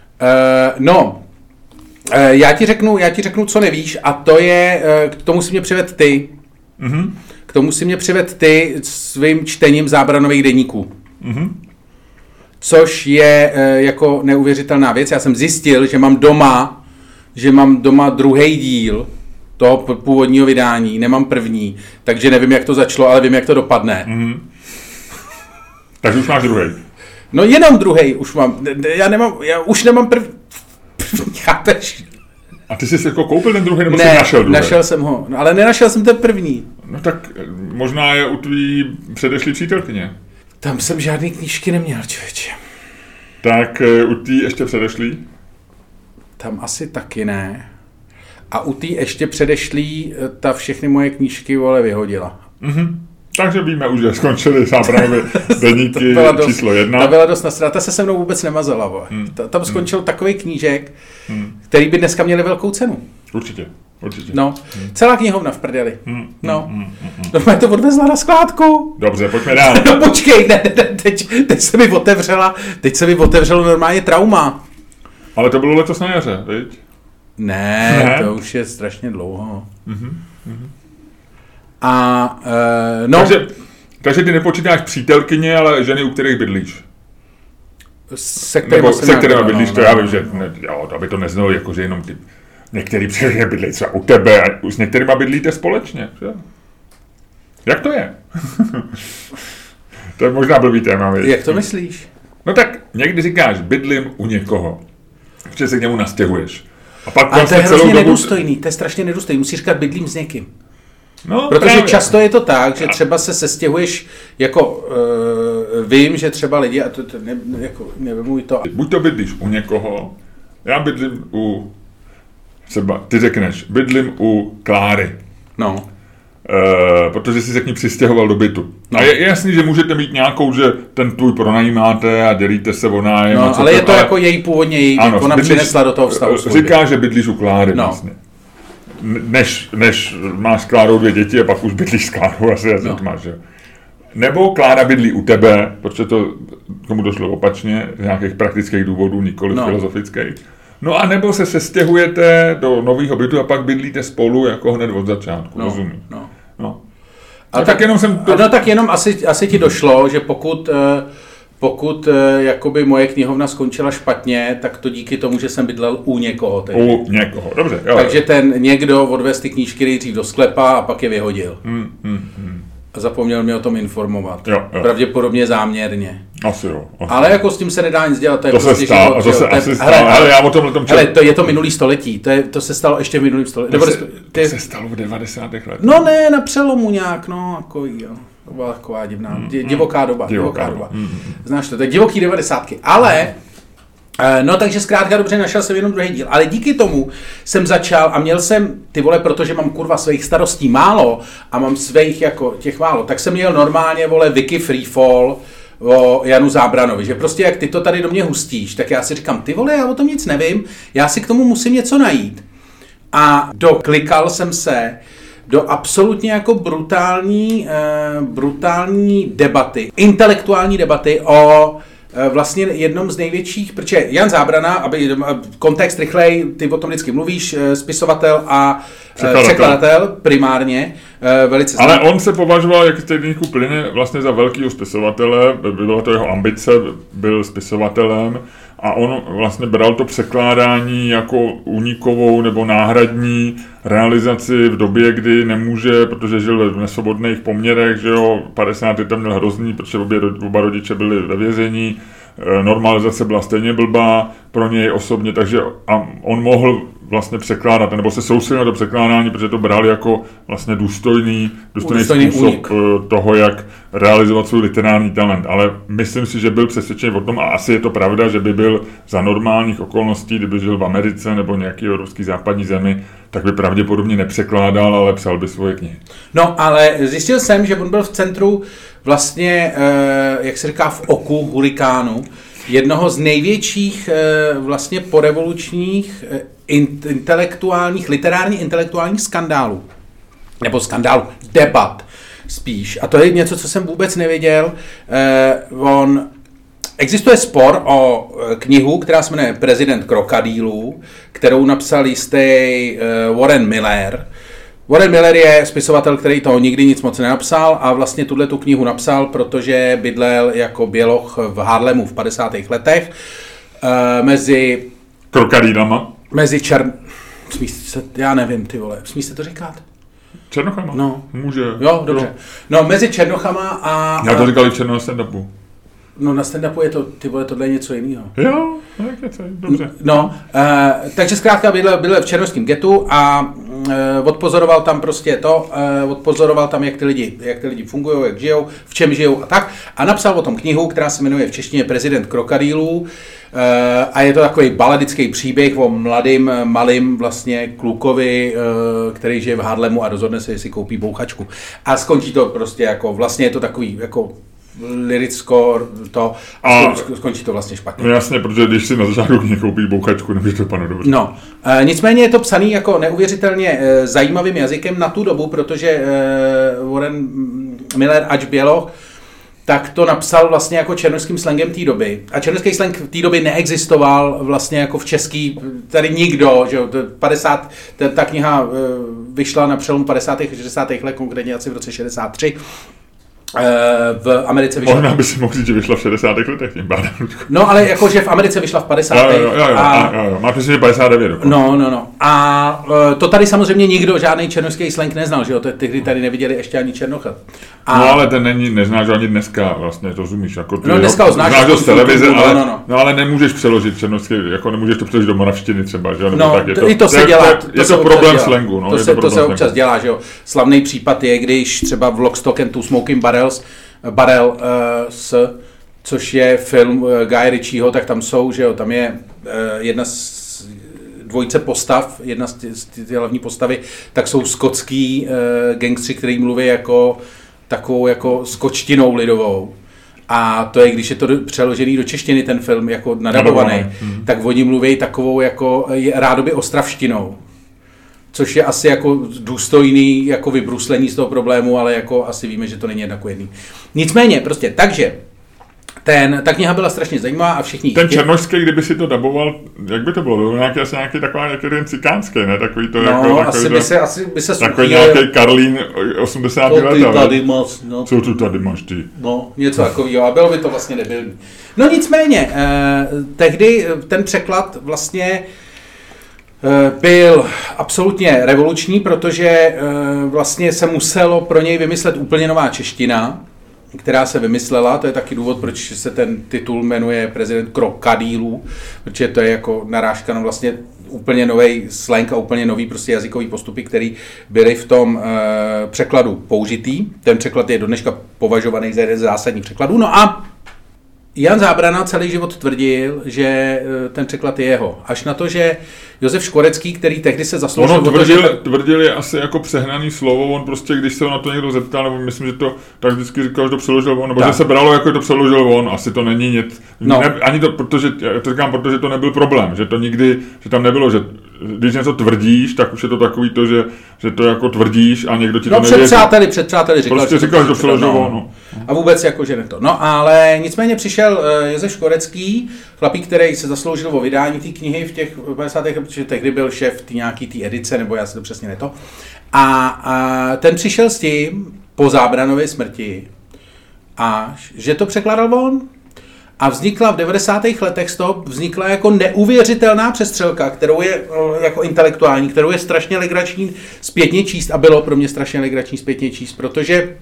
Já ti řeknu, co nevíš a to je, k tomu si mě přived ty. Mm-hmm. K tomu si mě přived ty svým čtením zábranových deníků. Mm-hmm. což je jako neuvěřitelná věc. Já jsem zjistil, že mám doma druhý díl toho původního vydání, nemám první, takže nevím, jak to začalo, ale vím, jak to dopadne. Mm-hmm. Takže už máš druhý. No jenom druhý už mám. Já už nemám první, chápeš? A ty jsi jako koupil ten druhý, nebo Ne, jsi našel druhý? našel jsem ho, ale nenašel jsem ten první. No tak možná je u tvý předešlý přítelkyně. Tam jsem žádný knížky neměl, člověče. Tak u tý ještě předešlý? Tam asi taky ne. A u té ještě předešlý ta všechny moje knížky, vole, vyhodila. Mhm. Takže víme už, že skončily zábrany deníky číslo 1. Ta byla dost nasrá, ta se mnou vůbec nemazala, vole. Tam skončil takový knížek, který by dneska měli velkou cenu. Určitě. No, celá knihovna v prdeli. No, mě to odvezla na skládku. Dobře, pojďme dál. No počkej, ne, teď se mi otevřelo normálně trauma. Ale to bylo letos na jaře, viď? Ne, to už je strašně dlouho. A, no... Takže ty nepočítáš přítelkyně, ale ženy, u kterých bydlíš. Se kterými bydlíš, to já vím, že jo, aby to neznělo, jako že jenom ty některý přítelkyně bydlí třeba u tebe a s některýma bydlíte společně. Že? Jak to je? To je možná blbý téma, viď? Jak to myslíš? No tak někdy říkáš, bydlím u někoho, protože se k němu nastěhuješ. A pak to je hrozně nedůstojný, to je strašně nedůstojný, musíš říkat bydlím s někým. No, protože právě. Často je to tak, že třeba se sestěhuješ, jako vím, že třeba lidi, a to jako nevím to. Buď to bydlíš u někoho, já bydlím u, třeba ty řekneš, bydlím u Kláry. No. Protože jsi se k ní přistěhoval do bytu. No. A je jasný, že můžete mít nějakou, že ten tvůj pronajímáte a dělíte se o nájem. No, ale je to jako její původně, ona přinesla do toho vztahu. Říká, že bydlíš u Kláry vlastně. Než máš s Klárou 2 děti a pak už bydlíš s Klárou asi máš, že? Nebo Klára bydlí u tebe, protože to tomu došlo opačně, z nějakých praktických důvodů, nikoli filozofických. No a nebo se sestěhujete do nového bytu a pak bydlíte spolu jako hned od začátku, rozumím. No. A tak jenom jsem to... No tak jenom asi ti došlo, že pokud jakoby moje knihovna skončila špatně, tak to díky tomu, že jsem bydlel u někoho. U někoho, dobře. Jo. Takže ten někdo odvez ty knížky nejdřív do sklepa a pak je vyhodil. A zapomněl mě o tom informovat. Jo. Pravděpodobně záměrně. Asi jo. Ale jako s tím se nedá nic dělat. To se stalo, a to se asi stalo. Ale já o tomhle tom hele, je to minulý století. To se stalo ještě v minulém století. To se stalo v 90. letech. No ne, na přelomu nějak, jako jo. To byla taková divná, divoká doba. Znáš to je divoký 90. Ale, no takže zkrátka dobře, našel jsem jenom druhý díl. Ale díky tomu jsem začal a měl jsem, ty vole, protože mám kurva svých starostí málo a mám svých jako těch málo, tak jsem měl normálně, vole, Wiki Freefall o Janu Zábranovi, že prostě jak ty to tady do mě hustíš, tak já si říkám, ty vole, já o tom nic nevím, já si k tomu musím něco najít. A doklikal jsem se do absolutně jako brutální debaty, intelektuální debaty o vlastně jednom z největších, protože Jan Zábrana, aby kontext rychlej, ty o tom vždycky mluvíš, spisovatel a překladatel primárně, velice ale on se považoval, jak stejníku plyne, vlastně za velkýho spisovatele, byla to jeho ambice, byl spisovatelem a on vlastně bral to překládání jako únikovou nebo náhradní realizaci v době, kdy nemůže, protože žil v nesvobodných poměrech, že jo, 50 let tam měl hrozný, protože oba rodiče byli ve vězení, normalizace byla stejně blbá pro něj osobně, takže on mohl vlastně překládat, nebo se soustředil do překládání, protože to bral jako vlastně důstojný způsob toho, jak realizovat svůj literární talent. Ale myslím si, že byl přesvědčený o tom, a asi je to pravda, že by byl za normálních okolností, kdyby žil v Americe nebo nějaký evropský západní zemi, tak by pravděpodobně nepřekládal, ale psal by svoje knihy. No, ale zjistil jsem, že on byl v centru vlastně, jak se říká, v oku hurikánu, jednoho z největších vlastně porevolučních literárně intelektuálních skandálů. Nebo debat spíš. A to je něco, co jsem vůbec nevěděl. Existuje spor o knihu, která se jmenuje Prezident krokodýlů, kterou napsal jistý Warren Miller. Warren Miller je spisovatel, který toho nikdy nic moc nenapsal a vlastně tu knihu napsal, protože bydlel jako běloch v Harlemu v 50. letech mezi... Krokodýlama? Mezi já nevím, ty vole, smí se to říkat? Černochama? No. Může. Jo, dobře. No, mezi Černochama a... Já to říkal i v černého stand-upu. No, na stand-upu je to, ty vole, tohle je něco jiného. Jo, dobře. No, takže zkrátka bydlel v černošském getu a odpozoroval tam prostě odpozoroval tam, jak ty lidi fungují, jak žijou, v čem žijou a tak. A napsal o tom knihu, která se jmenuje v češtině Prezident krokodýlů. A je to takový baladický příběh o mladým, malým vlastně klukovi, který žije v Harlemu a rozhodne se, jestli koupí bouchačku. A skončí to prostě jako, vlastně je to takový jako liricko to a skončí to vlastně špatně. No jasně, protože když si na začátku koupí bouchačku, nemůže to panu dobře. No, nicméně je to psaný jako neuvěřitelně zajímavým jazykem na tu dobu, protože Warren Miller, ač běloch, tak to napsal vlastně jako černošským slangem té doby. A černošský slang v té doby neexistoval vlastně jako v český, tady nikdo, že jo, ta kniha vyšla na přelomu 50. a 60. let, konkrétně asi v roce 63. V Americe vyšla... Možná by si mohl říct, že vyšla v 60. letech tím pádem. No, ale jakože v Americe vyšla v 50. Jo. Má přesně 59 dokonce. No. A to tady samozřejmě nikdo, žádný černošský slang neznal, že jo? Tehdy tady neviděli ještě ani Černocha. No, ale ten neznáš ani dneska vlastně, to rozumíš. Jako no, dneska ho znáš z televize, ale nemůžeš přeložit černošský, jako nemůžeš to přeložit do moravštiny třeba, že jo? No, tak i to se dělá. Je to problém slangu, no. To se občas dělá, že jo? Slavný případ je, když třeba v Lock, Stock and Two Smoking Barrels, což je film Guy Ritchieho, tak tam jsou, že jo, tam je jedna z dvojice postav, jedna z ty hlavní postavy, tak jsou skotský gangstři, který mluví jako takovou jako skočtinou lidovou. A to je, když je to přeložený do češtiny, ten film jako nadabovaný, tak oni mluví takovou jako rádoby ostravštinou. Což je asi jako důstojný jako vybruslení z toho problému, ale jako asi víme, že to není jednako jedný. Nicméně, prostě, takže ta kniha byla strašně zajímavá a všichni... Ten černošský, kdyby si to daboval, jak by to bylo? Bylo nějaký takový ten cikánský, ne? Takový to, no, jako, asi by se takový nějaký Karlín 80 let. Co ty tady máš, no. Co tu tady máš ty? No, něco takového, a bylo by to vlastně debilní. No nicméně, tehdy ten překlad vlastně byl absolutně revoluční, protože vlastně se muselo pro něj vymyslet úplně nová čeština, která se vymyslela, to je taky důvod, proč se ten titul jmenuje Prezident krokodýlů, protože to je jako narážka na vlastně úplně nový slang a úplně nový prostě jazykový postupy, které byly v tom překladu použitý. Ten překlad je do dneška považovaný za jeden z zásadních překladů. No a Jan Zábrana celý život tvrdil, že ten překlad je jeho. Až na to, že Josef Škvorecký, který tehdy se zasloužil... Tvrdil je asi jako přehnaný slovo, on prostě, když se na to někdo zeptal, nebo myslím, že to tak vždycky říkal, že to přeložil on, nebo tak. Že se bralo, jako to přeložil on, asi to není nic... No. Ani to, protože to nebyl problém, že to nikdy, že tam nebylo, že když něco tvrdíš, tak už je to takový to, že to jako tvrdíš a někdo ti to nevěří. Před přáteli říkal, prostě říkal, že to přeložil on. No. A vůbec jako, že ne to. No ale nicméně přišel Josef Škvorecký, chlapík, který se zasloužil o vydání té knihy v těch 50. protože tehdy byl šéf nějaký té edice, nebo já si to přesně neto. A ten přišel s tím po Zábranově smrti, že to překládal on. A vznikla v 90. letech z toho vznikla jako neuvěřitelná přestřelka, kterou je jako intelektuální, kterou je strašně legrační zpětně číst a bylo pro mě strašně legrační zpětně číst, protože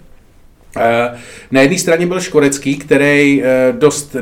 na jedné straně byl Škvorecký, který dost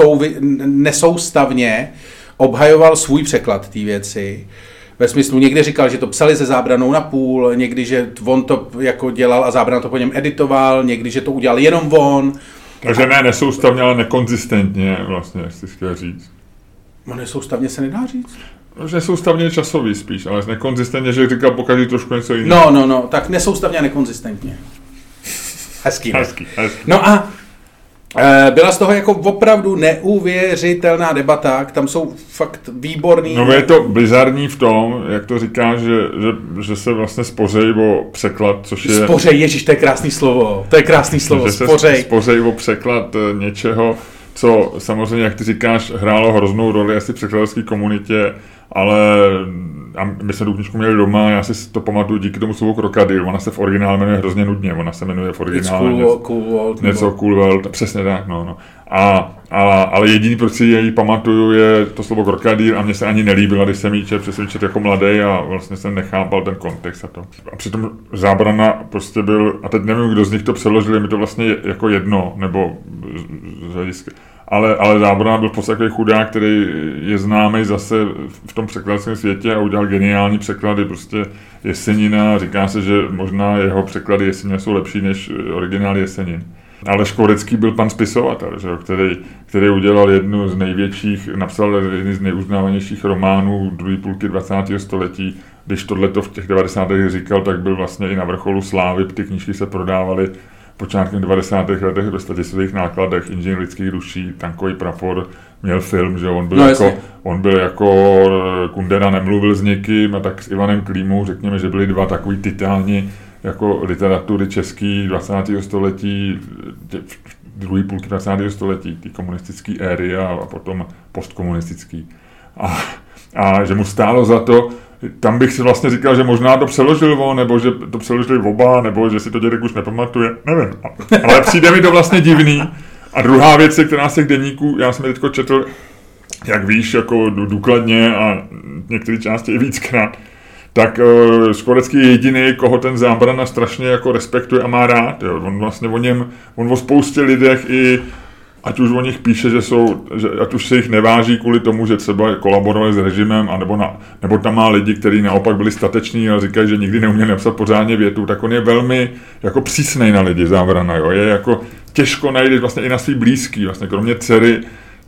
nesoustavně obhajoval svůj překlad té věci. Ve smyslu, někdy říkal, že to psali se Zábranou na půl, někdy, že on to jako dělal a Zábrana to po něm editoval, někdy, že to udělal jenom on. Takže ne nesoustavně, ale nekonzistentně vlastně, jak jsi chtěl říct. No nesoustavně se nedá říct. Nesoustavně časový spíš, ale nekonzistentně, že říkal pokaždé trošku něco jiného. No, tak nesoustavně a nekonzistentně. Hezký. No a byla z toho jako opravdu neuvěřitelná debata, tam jsou fakt výborný... No je to bizarní v tom, jak to říkáš, že se vlastně spořej o překlad, což je... Spořej, ježiš, to je krásný slovo, spořej. Spořej o překlad něčeho, co samozřejmě, jak ty říkáš, hrálo hroznou roli asi v překladatelské komunitě, ale a my jsme tu knížku měli doma, já si to pamatuju díky tomu slovu krokodýl, ona se v originále jmenuje hrozně nudně, ona se jmenuje v originále něco Cool World, přesně tak, no. Ale jediný, proč si její pamatuju, je to slovo krokodýl a mně se ani nelíbila, když jsem jí čet jako mladý a vlastně jsem nechápal ten kontext a to. A přitom Zábrana prostě byl, a teď nevím, kdo z nich to přeložil, je mi to vlastně jako jedno, nebo z hlediska. Ale Zábrana byl v podstatě takový chudák, který je známý zase v tom překladském světě a udělal geniální překlady, prostě Jesenina, říká se, že možná jeho překlady Jesenina jsou lepší než originál Jesenin. Ale Škvorecký byl pan spisovatel, že jo, který udělal jednu z největších, napsal jedny z nejuznávanějších románů druhé půlky 20. století. Když tohleto v těch 90. říkal, tak byl vlastně i na vrcholu slávy, ty knížky se prodávaly počátkem 90. letech ve 100 000 nákladech, Inženýr lidských duší, Tankový prapor, měl film, že on byl jako Kundera nemluvil s někým a tak s Ivanem Klímou, řekněme, že byli dva takový titáni jako literatury český 20. století, druhé půlky 20. století, ty komunistické éry a potom postkomunistický. A že mu stálo za to, tam bych si vlastně říkal, že možná to přeložil on, nebo že to přeložili oba, nebo že si to dědek už nepamatuje, nevím. Ale přijde mi to vlastně divný. A druhá věc, která se k deníku, já jsem je teďko četl, jak víš, jako důkladně a některé části i víckrát, tak Škvorecký je jediný, koho ten Zábrana strašně jako respektuje a má rád. Jo. On vlastně on o spoustě lidech i ať už o nich píše, že ať už se jich neváží kvůli tomu, že třeba kolaborovali s režimem, nebo tam má lidi, kteří naopak byli stateční a říkají, že nikdy neuměli napsat pořádně větu, tak on je velmi jako přísnej na lidi, Zábrana. Jo. Je jako těžko najít vlastně i na svý blízký, vlastně kromě dcery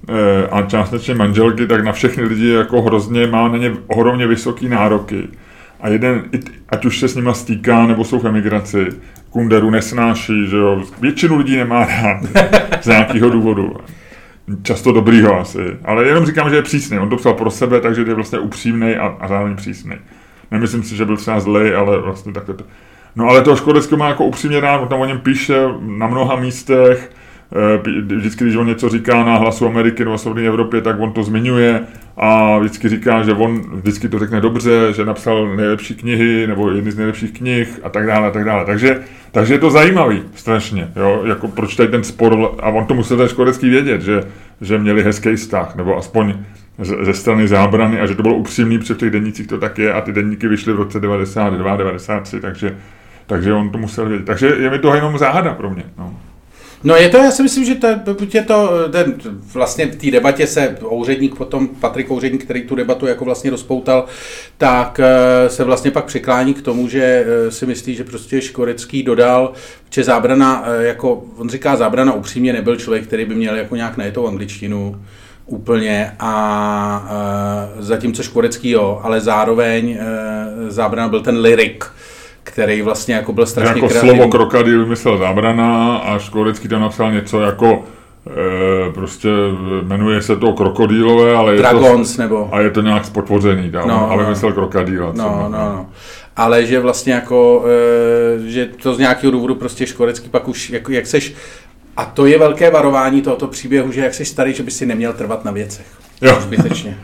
a částečně manželky, tak na všechny lidi jako hrozně má na ně ohromně vysoký nároky. A jeden, ať už se s nima stýká, nebo jsou v emigraci, Kunderu nesnáší, že jo, většinu lidí nemá rád z nějakého důvodu. Často dobrýho asi, ale jenom říkám, že je přísný. On to psal pro sebe, takže je vlastně upřímnej a zároveň přísný. Nemyslím si, že byl třeba zlej, ale vlastně takhle to. No ale toho Škvoreckého má jako upřímně rád, on tam o něm píše na mnoha místech, vždycky, když on něco říká na Hlasu Ameriky nebo Svobodné Evropě, tak on to zmiňuje a vždycky říká, že on vždycky to řekne dobře, že napsal nejlepší knihy nebo jedny z nejlepších knih a tak dále, a tak dále. Takže je to zajímavý strašně, jo, jako proč tady ten spor, a on to musel ten Škvorecký vědět, že měli hezký vztah, nebo aspoň ze strany Zábrany a že to bylo upřímný, protože v těch denících to tak je a ty deníky vyšly v roce 92, 93, takže on to musel vědět. Takže je mi to jenom záhada pro mě, no. No je to, já si myslím, že vlastně v té debatě se Ouředník, potom Patrik Ouředník, který tu debatu jako vlastně rozpoutal, tak se vlastně pak přiklání k tomu, že si myslí, že prostě Škvorecký dodal, že Zábrana, jako on říká, Zábrana upřímně nebyl člověk, který by měl jako nějak najetou angličtinu úplně a zatímco Škvorecký jo, ale zároveň Zábrana byl ten lyrik, který vlastně jako byl strašně jako kreativní. Slovo krokodýl vymyslel Zábrana a Škvorecký tam napsal něco jako prostě jmenuje se to krokodýlové, ale Dragons, nebo a je to nějak spotvořený, a vymyslel krokodýla. No. Ale že vlastně jako, že to z nějakého důvodu prostě Škvorecký pak už, jako jak seš, a to je velké varování tohoto příběhu, že jak seš starý, že by si neměl trvat na věcech. Jo. Zbytečně.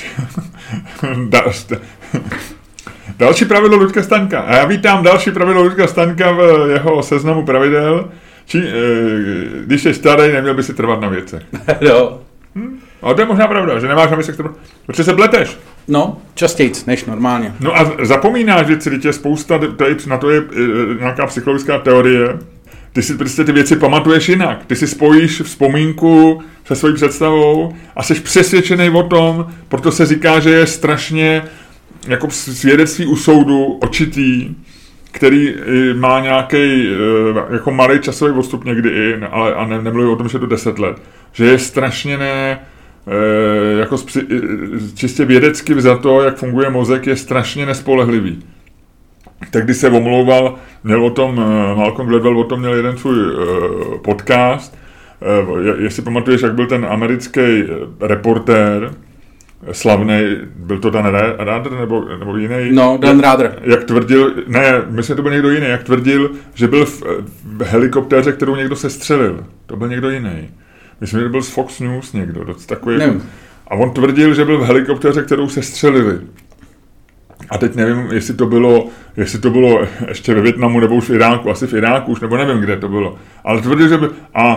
Další pravidlo Luďka Staňka. A já vítám další pravidlo Luďka Staňka v jeho seznamu pravidel. Když jsi starý, neměl by si trvat na věcech. Jo. Ale to je možná pravda, že nemáš na věcech trvat. Protože se pleteš. No, častějc než normálně. No a zapomínáš, že celý tě spousta, na to je nějaká psychologická teorie. Ty si prostě ty věci pamatuješ jinak. Ty si spojíš vzpomínku se svojí představou a jsi přesvědčený o tom, proto se říká, že je strašně jako svědectví u soudu očitý, který má nějaký jako malý časový odstup někdy, ale a nemluví o tom, že je to 10 let. Že je strašně jako čistě vědecky vzato, jak funguje mozek, je strašně nespolehlivý. Tak když se omlouval, měl o tom, Malcolm Gladwell o tom měl jeden svůj podcast, jestli pamatuješ, jak byl ten americký reportér, slavnej, byl to Dan Rather nebo jiný? No, Dan Rather. Jak tvrdil, myslím, to byl někdo jiný, jak tvrdil, že byl v helikoptéře, kterou někdo sestřelil. To byl někdo jiný. Myslím, že byl z Fox News někdo. Takový, a on tvrdil, že byl v helikoptéře, kterou sestřelili. A teď nevím, jestli to bylo ještě ve Vietnamu nebo už v Iráku, asi v Iráku už, nebo nevím, kde to bylo. Ale tvrdil, že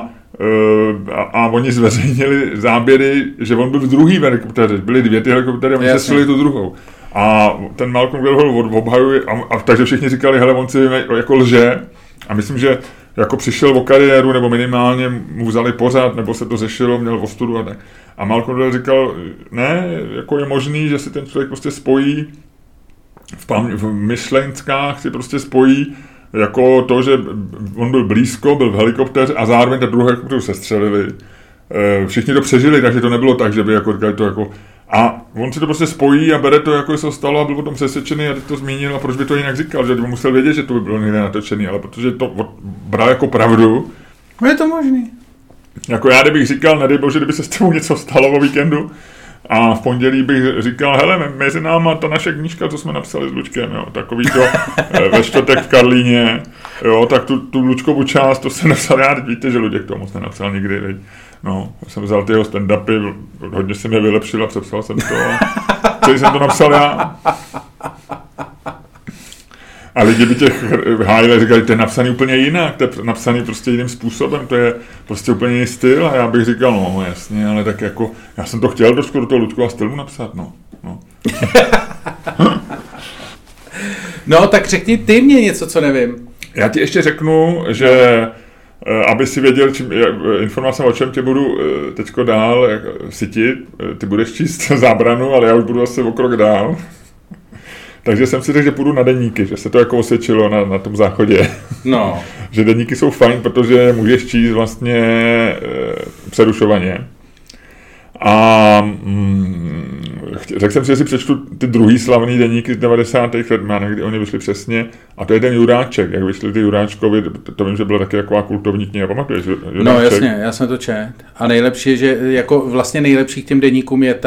a oni zveřejnili záběry, že on byl v druhý helikoptéře, byly 2 ty helikoptéry a oni se střelili tu druhou. A ten Malcolm Gladwell obhajuje, a takže všichni říkali, hele, on si jako lže. A myslím, že jako přišel o kariéru, nebo minimálně mu vzali pořád, nebo se to řešilo, měl ostudu a tak. A Malcolm Gladwell říkal, ne, jako je možný, že si ten člověk prostě spojí v myšlenkách si prostě spojí jako to, že on byl blízko, byl v helikoptéře a zároveň ta druhou helikoptéru sestřelili. Všichni to přežili, takže to nebylo tak, že by jako říkali to jako... A on si to prostě spojí a bere to, jako se stalo a byl potom přesvědčený a teď to zmínil a proč by to jinak říkal, že on musel vědět, že to by bylo někde natočený, ale protože to bral jako pravdu. Je to možný. Jako já, kdybych říkal, nedej bože, kdyby se s tebou něco stalo o víkendu, a v pondělí bych říkal, hele, mezi náma ta naše knížka, co jsme napsali s Lučkem, jo, takový to ve čtvrtek v Karlíně, jo, tak tu Lučkovu část, to jsem napsal já, teď víte, že Luděk to moc nenapsal nikdy, veď. No, jsem vzal ty jeho stand-upy, hodně jsem je vylepšil a přepsal jsem to, celý jsem to napsal já. A lidi by těch hájili, říkali, to je napsaný úplně jinak, to je napsaný prostě jiným způsobem, to je prostě úplně jiný styl a já bych říkal, no jasně, ale tak jako, já jsem to chtěl trošku do toho Luďkova stylu napsat, no. No, tak řekni ty mě něco, co nevím. Já ti ještě řeknu, že aby si věděl informace, o čem tě budu teďko dál sytit, ty budeš číst zábranu, ale já už budu asi o krok dál. Takže jsem si řekl, že půjdu na deníky, že se to jako osvědčilo na tom záchodě. No. Že deníky jsou fajn, protože můžeš číst vlastně přerušovaně. A řekl jsem si, že si přečtu ty druhý slavný deníky z 90. let, kdy oni vyšli přesně, a to je ten Juráček, jak vyšli ty Juráčkovi, to vím, že byla taky taková kultovní kniha, pamatuješ? Juráček? No jasně, já jsem to čet. A nejlepší je, že jako vlastně nejlepší k těm deníkům je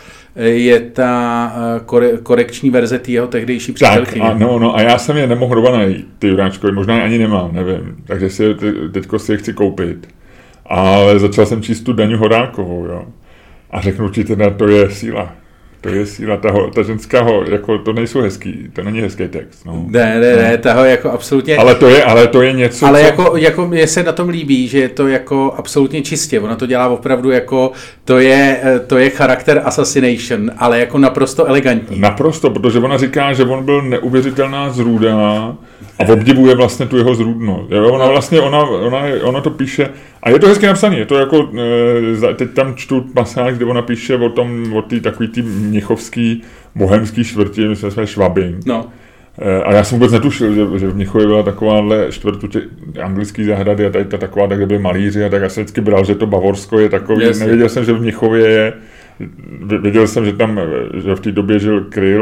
ta korekční verze jeho tehdejší přítelkyně. Tak, a já jsem je nemohl doma najít, ty Juráčkovi, možná je ani nemám, nevím, takže teďko si je chci koupit. Ale začal jsem číst tu Daňu Horákovou, jo. A řeknu ti teda, to je síla. To je síla, ta ženská, jako to nejsou hezký, to není hezký text. No. Ne, taho jako absolutně... Ale to je něco, ale co... jako mě se na tom líbí, že je to jako absolutně čistě, ona to dělá opravdu jako, to je charakter assassination, ale jako naprosto elegantní. Naprosto, protože ona říká, že on byl neuvěřitelná zrůda a obdivuje vlastně tu jeho zrůdnost. Ona vlastně, ona to píše, a je to hezky napsané, je to jako, teď tam čtu pasáž, kde ona píše o té takový tý mnichovský, bohemský čtvrti, myslím, že jsme Švabing. No. A já jsem vůbec netušil, že v Mnichově byla takováhle čtvrtu anglický zahrady a tady ta taková, kde byli malíři a tak já jsem vždycky bral, že to Bavorsko je takový, nevěděl jsem, že v Mnichově je, věděl jsem, že tam, že v té době žil Kryl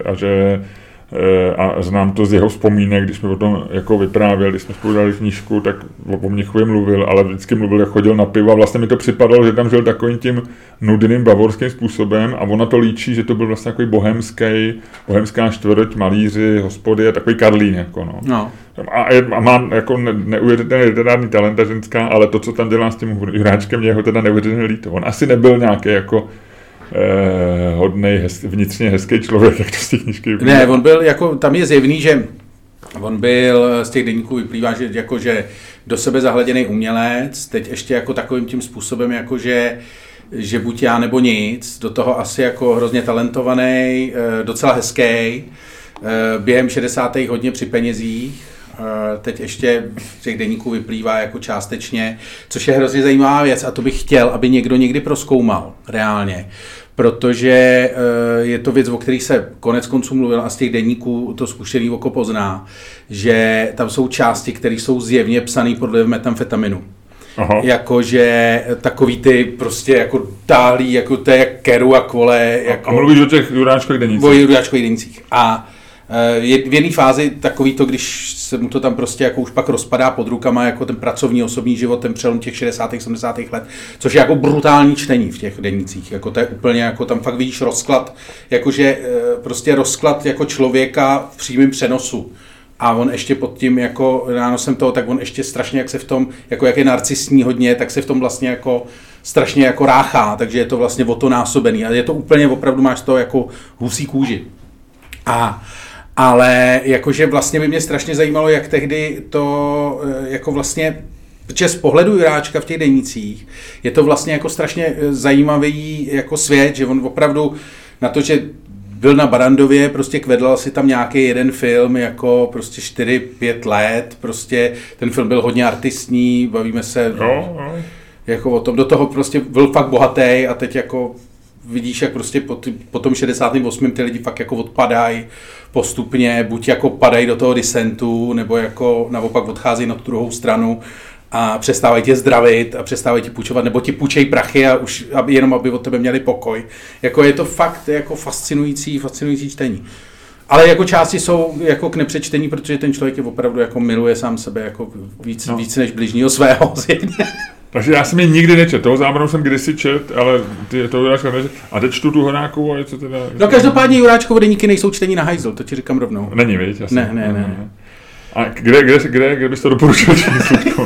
a znám to z jeho vzpomínek, když mi o tom jako vyprávěl, když jsme spolu dali knížku, tak o Mnichově mluvil, ale vždycky mluvil, jak chodil na pivo a vlastně mi to připadalo, že tam žil takovým tím nudným bavorským způsobem a ona to líčí, že to byl vlastně takový bohemská čtvrť, malíři, hospody a takový Karlín, jako no. A má jako neuvěřitelný literární talent ta ženská, ale to, co tam dělá s tím Juráčkem, mě ho teda neuvěřitelně líto. On asi nebyl nějaký jako hodnej, vnitřně hezký člověk, jak to z těch knížky vyplývá. Ne, on byl, jako, tam je zjevný, že on byl, z těch deníků vyplývá, že do sebe zahleděný umělec, teď ještě jako takovým tím způsobem, jako že buď já nebo nic, do toho asi jako hrozně talentovaný, docela hezký, během 60. hodně při penězích, teď ještě z těch deníků vyplývá jako částečně, což je hrozně zajímavá věc a to bych chtěl, aby někdo někdy prozkoumal reálně, protože je to věc, o který se konec konců mluvil a z těch deníků to zkušený oko pozná, že tam jsou části, které jsou zjevně psané pod vlivem metamfetaminu. Aha. Jakože takový ty prostě jako táhlý, jako to je keru a kvole. Jako, a mluvíš o těch Juráčkových denících. O Juráčkových denících. A je v jiné fázi takový to, když se mu to tam prostě jako už pak rozpadá pod rukama, jako ten pracovní osobní život, ten přelom těch 60. 70. let, což je jako brutální čtení v těch denících, jako to je úplně jako tam fakt vidíš rozklad, jakože prostě rozklad jako člověka v přímém přenosu. A on ještě pod tím jako nánosem toho, tak on ještě strašně, jak se v tom, jako jak je narcisní hodně, tak se v tom vlastně jako strašně jako ráchá, takže je to vlastně o to násobený. A je to úplně opravdu, máš to jako husí kůži. Ale jakože vlastně by mě strašně zajímalo, jak tehdy to jako vlastně, protože z pohledu Juráčka v těch denících je to vlastně jako strašně zajímavý jako svět, že on opravdu na to, že byl na Barrandově, prostě kvedl si tam nějaký jeden film jako prostě 4-5 let, prostě ten film byl hodně artistní, bavíme se jako o tom, do toho prostě byl fakt bohatý a teď jako vidíš, jak prostě po tom 68. ty lidi fakt jako odpadají postupně, buď jako padají do toho disentu, nebo jako naopak odcházejí na tu druhou stranu a přestávají tě zdravit a přestávají ti půjčovat, nebo ti půjčejí prachy a už jenom aby od tebe měli pokoj. Jako je to fakt jako fascinující čtení. Ale jako části jsou jako k nepřečtení, protože ten člověk je opravdu jako miluje sám sebe jako víc než bližního svého. Takže já jsem ji nikdy nečet, toho Zábranu jsem kdysi čet, ale ty to Juráčka nečet. A teď čtu tu Horákovou a je co teda... No každopádně Juráčkovo deníky nejsou čtení na hajzl, to ti říkám rovnou. Není, viď? Ne. A kde bys to doporučil číslučku?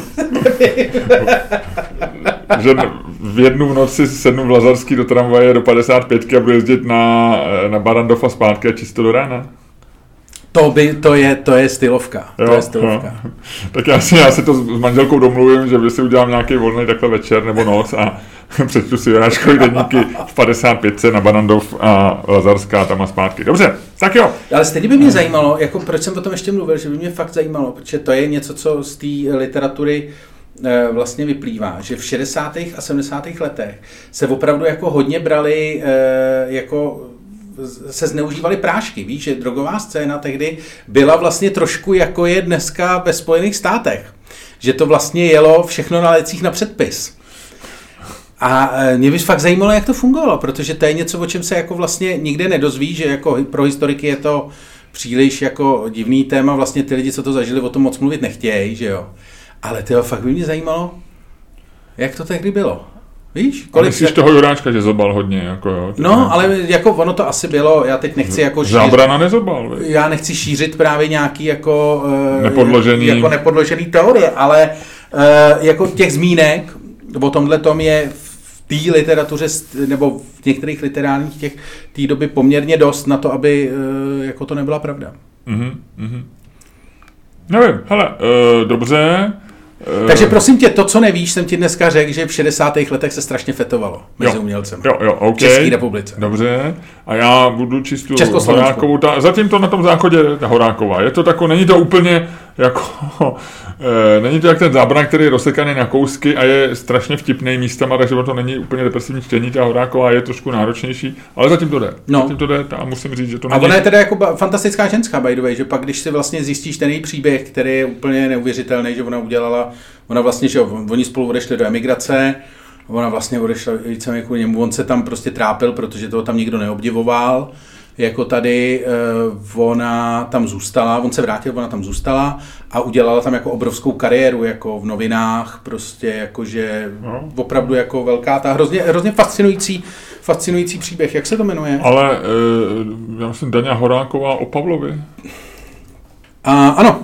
Že v jednu v noci sednu v Lazarský do tramvaje do 55 a budu jezdit na Barrandov a zpátky a čisto do rána. To je stylovka. Jo. Tak já si to s manželkou domluvím, že si udělám nějaký volný takhle večer nebo noc a přečtu si Juráčkovy deníky v 55 na Barrandov a Lazarská tam a zpátky. Dobře, tak jo. Ale stejně by mě zajímalo, jako proč jsem o tom ještě mluvil, že by mě fakt zajímalo, protože to je něco, co z té literatury vlastně vyplývá, že v 60. a 70. letech se opravdu jako hodně brali jako se zneužívaly prášky, víš, že drogová scéna tehdy byla vlastně trošku jako je dneska ve Spojených státech, že to vlastně jelo všechno na lecích na předpis. A mě by fakt zajímalo, jak to fungovalo, protože to je něco, o čem se jako vlastně nikde nedozví, že jako pro historiky je to příliš jako divný téma, vlastně ty lidi, co to zažili, o tom moc mluvit nechtějí, že jo. Ale tyjo, fakt by mě zajímalo, jak to tehdy bylo. Víš? Myslíš toho Juráčka, že zobal hodně, jako jo? No, ale jako ono to asi bylo, já teď nechci jako šířit... Zábrana nezobal, víš? Já nechci šířit právě nějaký jako... nepodložený teorie, ale jako těch zmínek o tomhletom je v té literatuře, nebo v některých literárních těch té doby poměrně dost na to, aby jako to nebyla pravda. Nevím, hele, dobře... Takže prosím tě, to, co nevíš, jsem ti dneska řekl, že v 60. letech se strašně fetovalo mezi umělcem. Jo, okay. V České republice. Dobře. A já budu číst tu Horákovou. Zatím to na tom záchodě, ta Horáková. Je to tako, není to úplně jako... není to jak ten Zábran, který je rozsekaný na kousky a je strašně vtipný místama, takže to není úplně depresivní čtení. Ta Horáková je trošku náročnější, ale zatím to jde. No. Zatím to jde a musím říct, že to není... A ona je teda jako fantastická ženská, by the way, že pak, když si vlastně zjistíš ten její příběh, který je úplně neuvěřitelný, že ona udělala, ona vlastně, že oni spolu odešli do emigrace, ona vlastně odešla více kvůli němu, on se tam prostě trápil, protože toho tam nikdo neobdivoval, jako tady ona tam zůstala, on se vrátil, ona tam zůstala a udělala tam jako obrovskou kariéru, jako v novinách, prostě jakože opravdu jako velká, ta hrozně fascinující příběh, jak se to jmenuje? Ale já myslím Daňa Horáková o Pavlovi. Ano.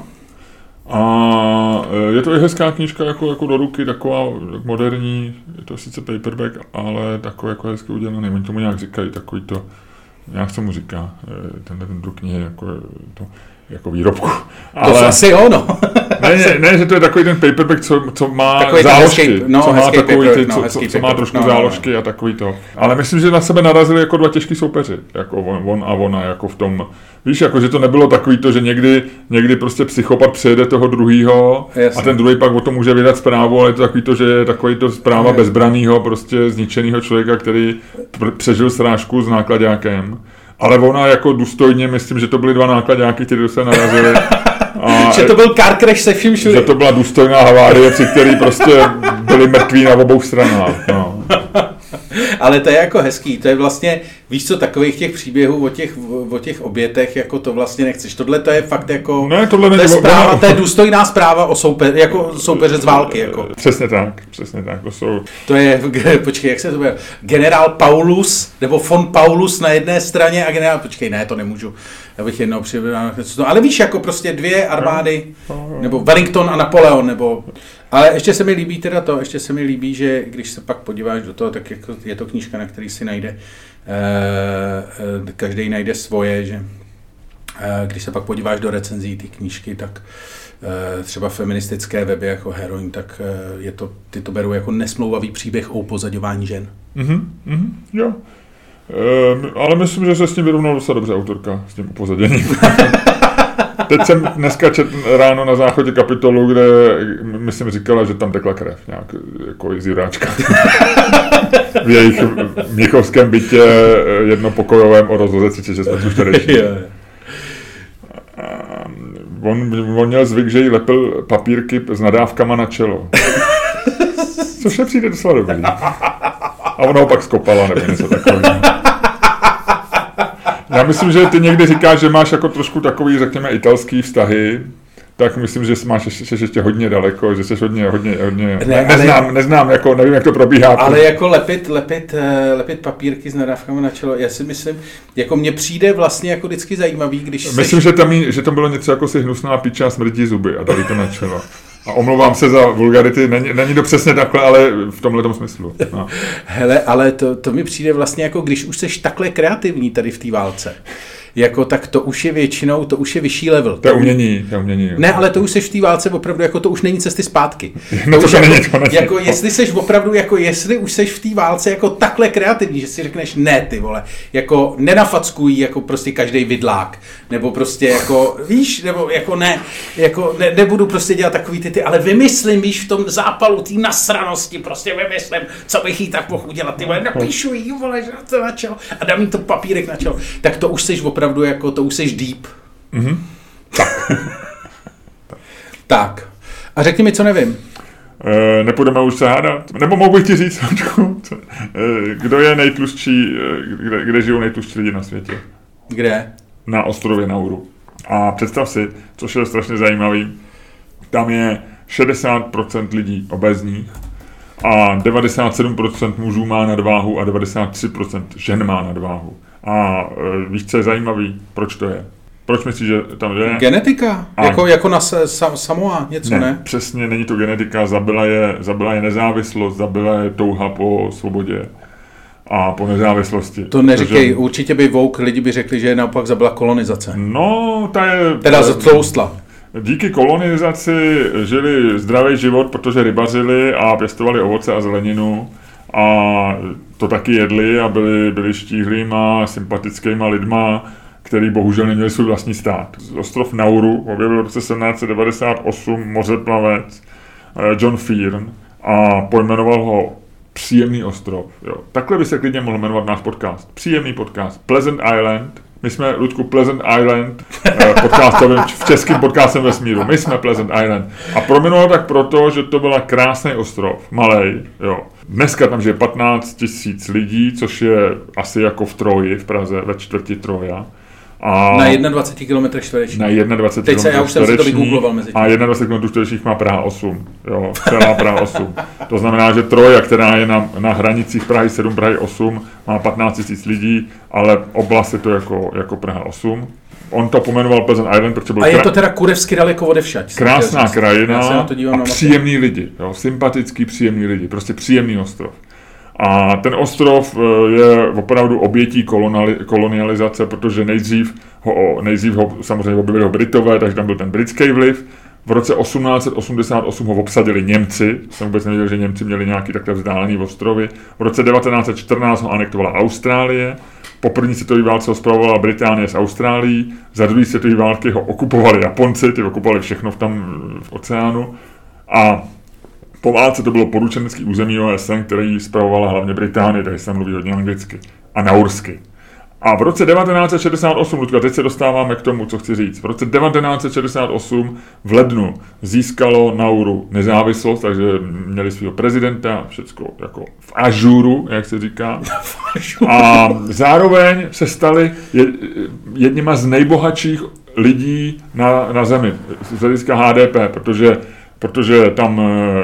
A je to i hezká knížka jako do ruky, taková moderní, je to sice paperback, ale takový jako hezky udělaný, oni tomu nějak říkají, takový to, nějak se mu říká, tenhle ten druh knihy jako výrobku. Ale, to asi ono. ne, že to je takový ten paperback, co má takový záložky, co má trošku záložky a takový to. Ale myslím, že na sebe narazili jako dva těžký soupeři, jako on a ona, jako v tom, víš, jako že to nebylo takový to, že někdy prostě psychopat přejede toho druhýho a ten druhý pak o tom může vydat zprávu, ale je to takový to, že je takový to zpráva bezbranného, prostě zničeného člověka, který přežil srážku s náklaďákem. Ale ona jako důstojně, myslím, že to byly dva náklaďáky, kteří se narazili. Že to byl car crash se vším všude. Že to byla důstojná havárie, při který prostě byli mrtví na obou stranách. No. Ale to je jako hezký, to je vlastně, víš co, takových těch příběhů o těch obětech, jako to vlastně nechceš. Tohle to je fakt jako, ne, to je zpráva, to je důstojná zpráva o soupeře z války. Jako. Přesně tak. To je, počkej, jak se to bude, generál Paulus, nebo von Paulus na jedné straně a generál, počkej, ne, to nemůžu, já bych jednou přibral, ale víš, jako prostě dvě armády, nebo Wellington a Napoleon, nebo... Ale ještě se mi líbí že když se pak podíváš do toho, tak jako je to knížka, na který si najde, každý najde svoje, že Když se pak podíváš do recenzí té knížky, tak třeba feministické weby jako Heroin, tak ty to berou jako nesmlouvavý příběh o upozaďování žen. Jo. Ale myslím, že se s tím vyrovnala docela dobře autorka, s tím upozaděním. Teď jsem dneska četl ráno na Záchodě kapitolu, kde myslím říkala, že tam tekla krev, nějak jako z Juráčka. V jejich mnichovském bytě jednopokojovém o rozloze 36 metrů čtverečních. On měl zvyk, že jí lepil papírky s nadávkama na čelo. Což ne přijde docela dobrý. A ona ho pak skopala, nebo něco takového. Já myslím, že ty někdy říkáš, že máš jako trošku takový, řekněme, italský vztahy, tak myslím, že máš ještě hodně daleko, že jsi hodně neznám, jako nevím, jak to probíhá. Ale jako lepit papírky s nadávkami na čelo, já si myslím, jako mně přijde vlastně jako vždycky zajímavý, když myslím, že tam bylo něco jako si hnusná piča a smrdí zuby a dali to na čelo. A omlouvám se za vulgarity, není to přesně takhle, ale v tomhletom smyslu. No. Hele, ale to mi přijde vlastně jako, když už seš takhle kreativní tady v té válce, jako tak to už je většinou, to už je vyšší level. To je umění. Ne, ale to už seš v té válce opravdu, jako to už není cesty zpátky. No to není. Jako jestli seš opravdu, jako jestli už seš v té válce jako takhle kreativní, že si řekneš ne, ty vole, jako nenafackují jako prostě každej vidlák, nebo prostě jako, víš, nebo jako nebudu prostě dělat takový ty, ale vymyslím, víš, v tom zápalu té nasranosti, prostě vymyslím, co bych jí tak mohl udělat, ty vole, napíšu jí, vole, že to na čelo a dám jí to papírek na čelo, tak to už seš opravdu jako, to už seš deep. Tak. A řekni mi, co nevím. Nepůjdeme už se hádat? Nebo mohu bych ti říct, kdo je nejtlustší, kde žijou nejtlustší lidi na světě? Kde? Na ostrově Nauru. A představ si, což je strašně zajímavý, tam je 60% lidí obézních a 97% mužů má nadváhu a 93% žen má nadváhu. A víš, co je zajímavý? Proč to je? Proč myslíš, že tam je? Genetika? Jako na Samoa něco, ne? Přesně, není to genetika, zabila je nezávislost, zabila je touha po svobodě a po nezávislosti. To neříkej, určitě by woke lidi by řekli, že naopak zabila kolonizace. No, ta je... Teda zatloustla. Díky kolonizaci žili zdravý život, protože rybařili a pěstovali ovoce a zeleninu a to taky jedli a byli štíhlýma, sympatickýma lidma, který bohužel neměli svůj vlastní stát. Ostrov Nauru objevil v roce 1798 mořeplavec John Fearn a pojmenoval ho Příjemný ostrov. Jo. Takhle by se klidně mohl jmenovat náš podcast. Příjemný podcast. Pleasant Island. My jsme, Ludku, Pleasant Island podcastovým, v českým podcastem vesmíru. My jsme Pleasant Island. A pojmenoval tak proto, že to byla krásný ostrov. Malej, jo. Dneska tam žije 15 000 lidí, což je asi jako v Troji, v Praze, ve čtvrti Troja. A na 21 km čtverečních. Na 21 km Teď já už jsem si to vygoogloval mezi tím. A 21 km čtverečních má Praha 8. Jo, celá Praha 8. To znamená, že Troja, která je na hranicích Prahy 7, Prahy 8, má 15 000 lidí, ale oblast je to jako Praha 8. On to pomenoval Pleasant Island, protože byl... A je to teda kurevsky daleko odevšať. Krásná krajina a příjemný lidi. Jo, sympatický, příjemný lidi. Prostě příjemný ostrov. A ten ostrov je opravdu obětí kolonializace, protože nejdřív ho samozřejmě objevili Britové, takže tam byl ten britský vliv. V roce 1888 ho obsadili Němci, jsem vůbec nevěděl, že Němci měli nějaký takhle vzdálený ostrovy. V roce 1914 ho anektovala Austrálie, po první světové válce ho spravovala Británie s Austrálií, za druhé světové války ho okupovali Japonci, ty okupovali všechno v oceánu a po válce to bylo poručenecký území OSN, který spravovala hlavně Británie, takže se mluví hodně anglicky a naursky. A v roce 1968, Ludka, teď se dostáváme k tomu, co chci říct. V roce 1968 v lednu získalo Nauru nezávislost, takže měli svého prezidenta, všecko jako v ažuru, jak se říká. A zároveň se stali jedněma z nejbohatších lidí na zemi, z hlediska HDP, protože tam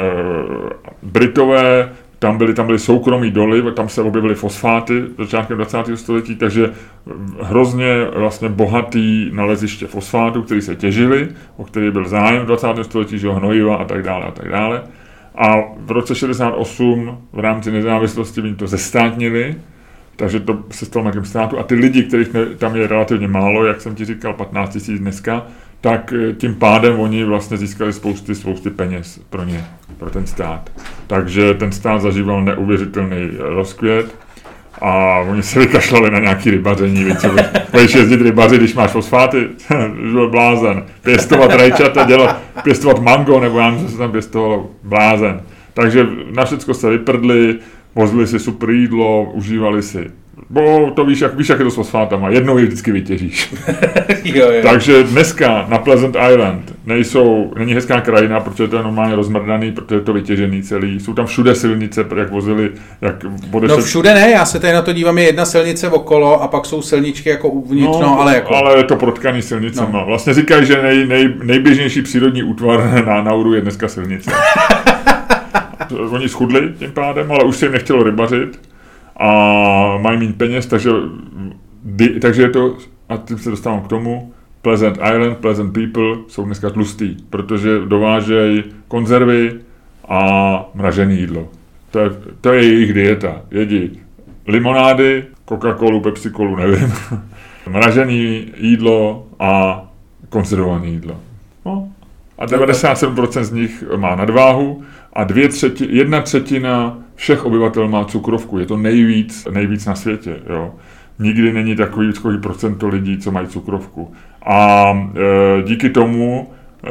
Britové, tam byly soukromí doly, tam se objevily fosfáty začátkem 20. století, takže hrozně vlastně bohatý naleziště fosfátu, který se těžili, o který byl zájem v 20. století, že hnojiva a tak dále a tak dále. A v roce 68 v rámci nezávislosti oni to zestátnili, Takže to se stalo nějakým státu a ty lidi, kterých tam je relativně málo, jak jsem ti říkal, 15 000 dneska, tak tím pádem oni vlastně získali spousty peněz pro ně, pro ten stát. Takže ten stát zažíval neuvěřitelný rozkvět a oni se vykašlali na nějaký rybaření, víc, budeš jezdit rybaři, když máš fosfáty, byl blázen, pěstovat rajčata, pěstovat mango, nebo já nevím, co se tam pěstovalo, blázen. Takže na všecko se vyprdli, vozili si super jídlo, užívali si. Bo to víš, jak je to s fosfátama, jednou je vždycky vytěžíš. jo. Takže dneska na Pleasant Island není hezká krajina, protože to je normálně rozmrdaný, protože je to vytěžený celý. Jsou tam všude silnice, jak vozili, No všude ne, já se tady na to dívám, je jedna silnice okolo a pak jsou silničky jako uvnitř, ale je to protkaný silnicema. No. Vlastně říkají, že nejběžnější přírodní útvar na Nauru je dneska silnice. Oni schudli tím pádem, ale už se jim nechtělo rybařit a mají méně peněz, takže je to, a tím se dostávám k tomu, Pleasant Island, Pleasant People jsou dneska tlustý, protože dovážejí konzervy a mražené jídlo. To je jejich dieta. Jedí limonády, Coca-Colu, Pepsi-Colu, nevím, mražené jídlo a konzervované jídlo. No. A 97% z nich má nadváhu a 1/3 všech obyvatel má cukrovku. Je to nejvíc na světě. Jo. Nikdy není takový procento lidí, co mají cukrovku. A díky tomu,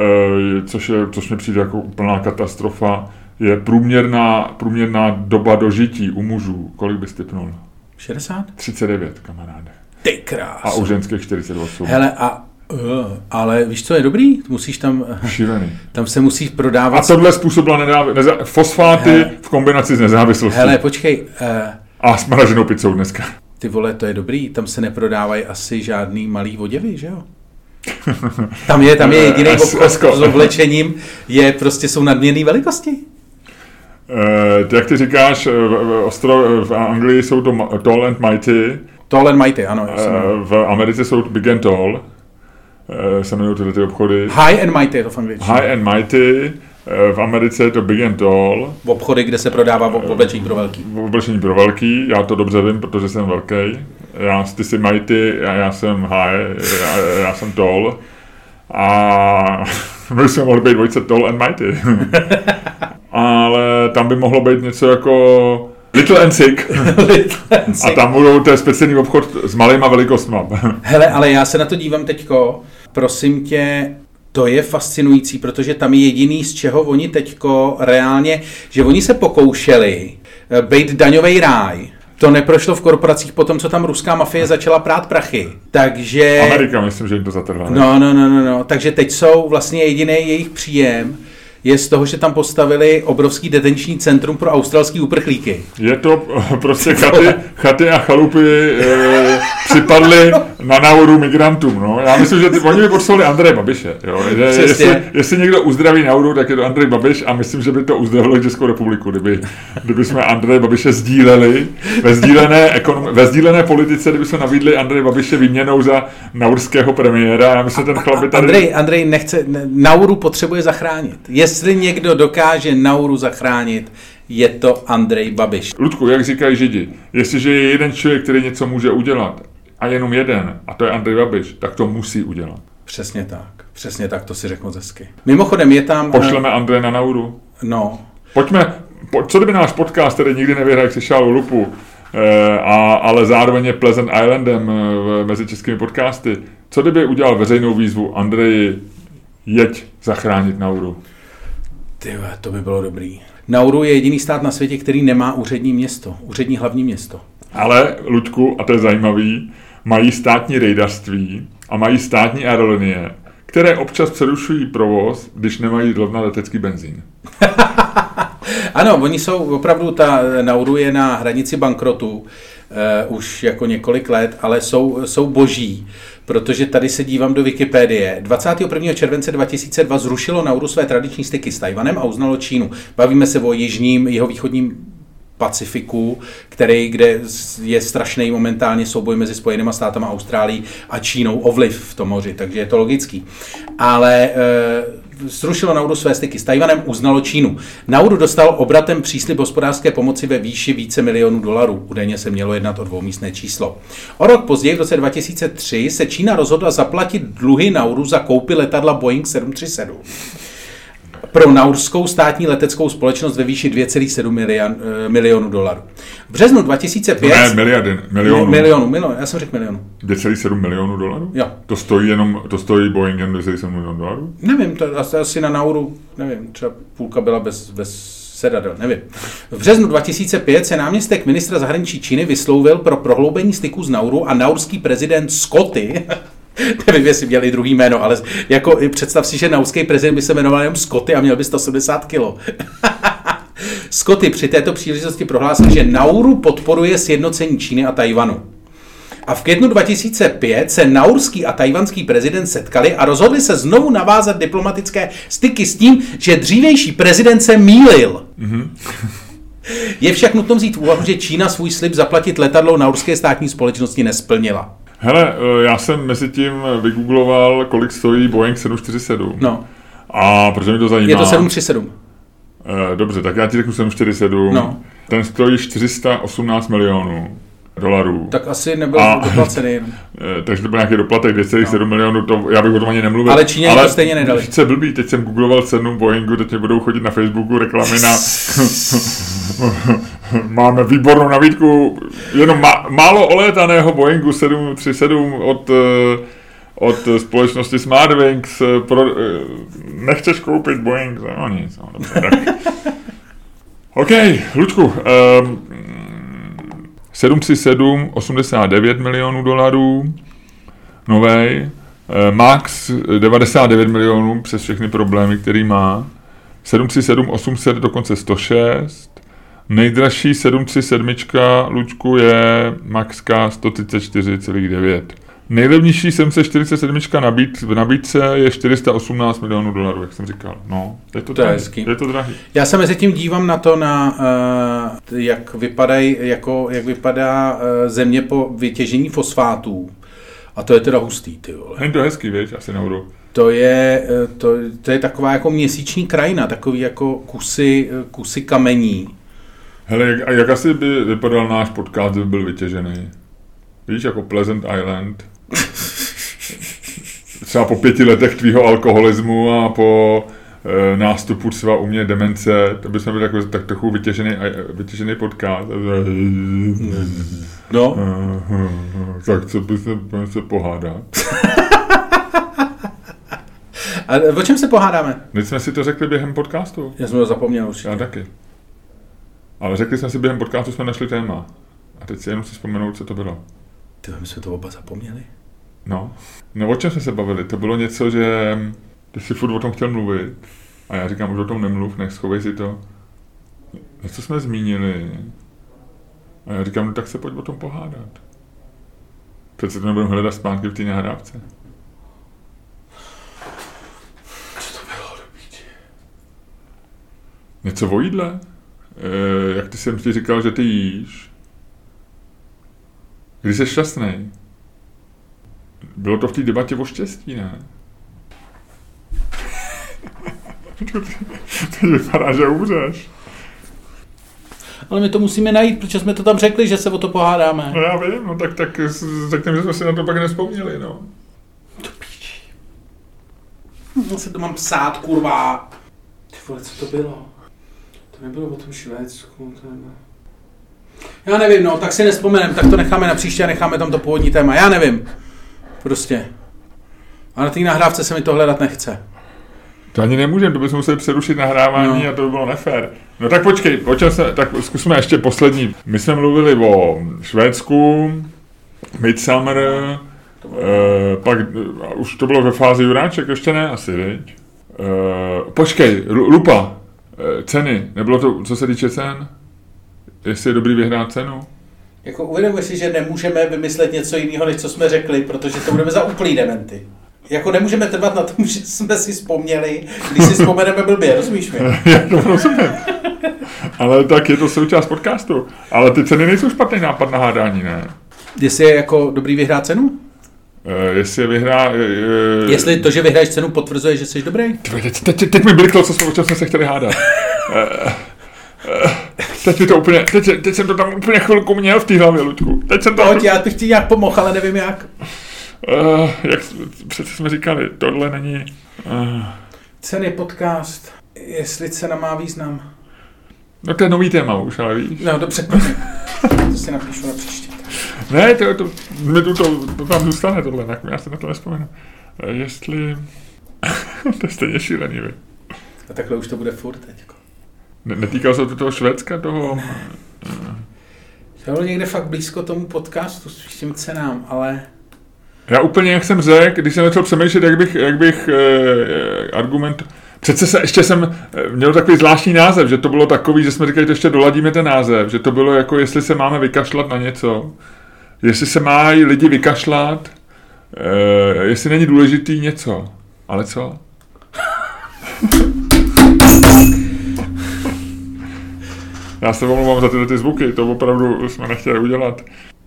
což mi přijde jako úplná katastrofa, je průměrná doba dožití u mužů. Kolik bys tipnul? 60? 39, kamaráde. Ty krás. A u ženských 48. Hele, ale víš, co je dobrý? Musíš tam... Šílený. Tam se musíš prodávat... A tohle způsobila fosfáty v kombinaci s nezávislostí. Hele, počkej. A s mraženou pizzou dneska. Ty vole, to je dobrý. Tam se neprodávají asi žádný malý oděvy, že jo? Tam je jediný obchod s oblečením, jsou nadměrné velikosti. Jak ty říkáš, v Anglii jsou to Tall and Mighty. Tall and Mighty, ano. V Americe jsou Big and Tall. Se jmenují tyhle ty obchody. High and Mighty je to v angličtině. High and Mighty. V Americe je to Big and Tall. V obchody, kde se prodává oblečení pro velký. Oblečení pro velký, já to dobře vím, protože jsem velký. Ty jsi Mighty, já jsem High, já jsem Tall. A my jsme mohli být dvojce Tall and Mighty. Ale tam by mohlo být něco jako Little and Sick. A tam to je speciální obchod s malýma velikostma. Hele, ale já se na to dívám teďko. Prosím tě, to je fascinující, protože tam je jediný, z čeho oni teďko reálně, že oni se pokoušeli být daňový ráj. To neprošlo v korporacích po tom, co tam ruská mafie začala prát prachy. Takže... Amerika, myslím, že jim to zatrvalo. No. Takže teď jsou vlastně jediný jejich příjem je z toho, že tam postavili obrovský detenční centrum pro australský uprchlíky. Je to prostě chaty a chalupy připadly na Nauru migrantům. No. Já myslím, že oni by potřebovali Andreje Babiše. Jo. Jestli někdo uzdraví Nauru, tak je to Andrej Babiš a myslím, že by to uzdravilo Českou republiku, kdyby jsme Andreje Babiše sdíleli ve sdílené politice, kdyby jsme nabídli Andreje Babiše výměnou za naurského premiéra. Já myslím, ten chlap by tady... Andrej nechce, Nauru potřebuje zachránit. Jestli někdo dokáže Nauru zachránit, je to Andrej Babiš. Ludku, jak říkají Židi, jestliže je jeden člověk, který něco může udělat, a jenom jeden, a to je Andrej Babiš, tak to musí udělat. Přesně tak, to si řekl moc hezky. Mimochodem je tam... Pošleme Andreje na Nauru. No. Co kdyby náš podcast, který nikdy nevyhraje křišťálovou lupu, ale zároveň je Pleasant Islandem mezi českými podcasty, co kdyby udělal veřejnou výzvu Andreji, jeď zachránit Nauru? Tyhle, to by bylo dobrý. Nauru je jediný stát na světě, který nemá úřední hlavní město. Ale, Luďku, a to je zajímavý, mají státní rejdařství a mají státní aerolinie, které občas přerušují provoz, když nemají zrovna letecký benzín. Ano, oni jsou opravdu, ta Nauru je na hranici bankrotu už jako několik let, ale jsou boží, protože tady se dívám do Wikipedie. 21. července 2002 zrušilo Nauru své tradiční styky s Tajvanem a uznalo Čínu. Bavíme se o jihovýchodním Pacifiku, kde je strašný momentálně souboj mezi Spojenými státama, Austrálií a Čínou o vliv v tom moři, takže je to logický. Ale zrušilo Nauru své styky s Tajvanem, uznalo Čínu. Nauru dostal obratem příslib hospodářské pomoci ve výši více milionů dolarů. Údajně se mělo jednat o dvoumístné číslo. O rok později, v roce 2003, se Čína rozhodla zaplatit dluhy Nauru za koupy letadla Boeing 737. Pro naurskou státní leteckou společnost ve výši 2,7 milionů dolarů. V březnu 2005... Milionů, já jsem řekl milionů. 2,7 milionů dolarů? Jo. To stojí Boeing jen 2,7 milionů dolarů? Nevím, to asi na Nauru, nevím, třeba půlka byla bez sedadel, nevím. V březnu 2005 se náměstek ministra zahraničí Číny vyslovil pro prohloubení styku z Nauru a naurský prezident Scotty, nevím, jestli měl i druhý jméno, ale jako představ si, že naurský prezident by se jmenoval jenom Scotty a měl by 170 kilo. Scotty při této příležitosti prohlásil, že Nauru podporuje sjednocení Číny a Tajvanu. A v květnu 2005 se naurský a tajvanský prezident setkali a rozhodli se znovu navázat diplomatické styky s tím, že dřívější prezident se mýlil. Mm-hmm. Je však nutno vzít v úvahu, že Čína svůj slib zaplatit letadlo naurské státní společnosti nesplnila. Hele, já jsem mezi tím vygoogloval, kolik stojí Boeing 747. No. A protože mi to zajímá. Je to 737. Dobře, tak já ti řeknu 747. No. Ten stojí 418 milionů dolarů. Tak asi nebyl doplacený. Takže to byl nějaký doplatek 2,7 milionů, to, já bych o tom ani nemluvil. Ale Číně to stejně nedali. Ale blbý, teď jsem googloval cenu Boeingu, teď mě budou chodit na Facebooku reklamy na... Máme výbornou nabídku, jenom málo olétaného Boeingu 737 od společnosti Smartwings. Nechceš koupit Boeing? No nic, no, dobře, tak. OK, Lučku, 737, 89 milionů dolarů, novej, Max 99 milionů přes všechny problémy, který má, 737, 800 dokonce 106, nejdražší 737, Lučku, je Maxka 134,9. Nejlevnější 747 v nabídce je 418 milionů dolarů, jak jsem říkal. No, je to drahý. Já se mezi tím dívám na to, jak vypadá země po vytěžení fosfátů. A to je teda hustý, ty vole. Není to hezký, víš, asi nebudu. To je taková jako měsíční krajina, takový jako kusy kamení. Hele, jak asi by vypadal náš podcast, kdyby byl vytěžený? Víš, jako Pleasant Island. Třeba po 5 letech tvýho alkoholismu a po nástupu třeba u mě demence, to bychom byli jako tak trochu vytěžený podcast. No. Tak co bychom se pohádat? A o čem se pohádáme? Teď jsme si to řekli během podcastu. Já jsem to zapomněl určitě. Já taky. Ale řekli jsme si během podcastu, jsme našli téma. A teď si jenom si vzpomenout, co to bylo. My jsme to oba zapomněli. No, o čem jsme se bavili? To bylo něco, že ty si furt o tom chtěl mluvit. A já říkám, už o tom nemluv, nech schovej si to. Něco jsme zmínili. A já říkám, no tak se pojď o tom pohádat. Přece to nebudeme hledat zpátky v té nahrávce. Co to bylo, dobíči? Něco o jídle? Jak ty jsem ti říkal, že ty jíš? Když jsi šťastný. Bylo to v té debatě o štěstí, ne? To vypadá, že umřeš. Ale my to musíme najít, protože jsme to tam řekli, že se o to pohádáme. No já vím, no tak řekněme, že jsme si na to pak nespomněli, no. To píči. Zase to mám psát, kurva. Ty vole, co to bylo? To nebylo o tom Švédsku, to nebylo... Já nevím, no, tak si nespomenem, tak to necháme na příště a necháme tam to původní téma. Já nevím. Prostě. A na té nahrávce se mi to hledat nechce. To ani nemůžeme, to bychom museli přerušit nahrávání a to by bylo nefér. No tak počkej, tak zkusme ještě poslední. My jsme mluvili o Švédsku, Midsummer, pak už to bylo ve fázi Juráček, ještě ne asi, viď? Počkej, Lupa, ceny, nebylo to, co se týče cen? Jestli je dobrý vyhrát cenu? Jako uvědomuji si, že nemůžeme vymyslet něco jiného, než co jsme řekli, protože to budeme za úplný dementy. Jako nemůžeme trvat na tom, že jsme si vzpomněli, když si vzpomeneme blbě, rozumíš mi? Já to rozumím. Ale tak je to součást podcastu. Ale ty ceny nejsou špatný nápad na hádání, ne? Jestli je jako dobrý vyhrát cenu? Jestli je vyhrá... Jestli to, že vyhraješ cenu, potvrzuje, že jsi dobrý? Teď mi bliklo, o čem jsme se chtěli hádat. Teď jsem to tam úplně chvilku měl v té hlavě, Luďku. Pojď, já bych ti nějak pomohl, ale nevím jak. Jak přece jsme říkali, tohle není... Ceny podcast, jestli cena má význam. No to je nový téma už, ale víš. No dobře, to si napíšu na příště. Ne, to tam zůstane tohle, já se na to nespomenu. Jestli... to je stejně šílený, vy. A takhle už to bude furt teď. Netýkal se to toho Švédska, toho... To bylo někde fakt blízko tomu podcastu s tím cenám, ale... Já úplně, jak jsem řekl, když jsem začal přemýšlet, jak bych argument... Přece ještě jsem měl takový zvláštní název, že to bylo takový, že jsme říkali, že ještě doladíme ten název, že to bylo jako, jestli se máme vykašlat na něco, jestli se mají lidi vykašlat, jestli není důležitý něco. Ale co? Já se omlouvám za tyhle ty zvuky, to opravdu jsme nechtěli udělat.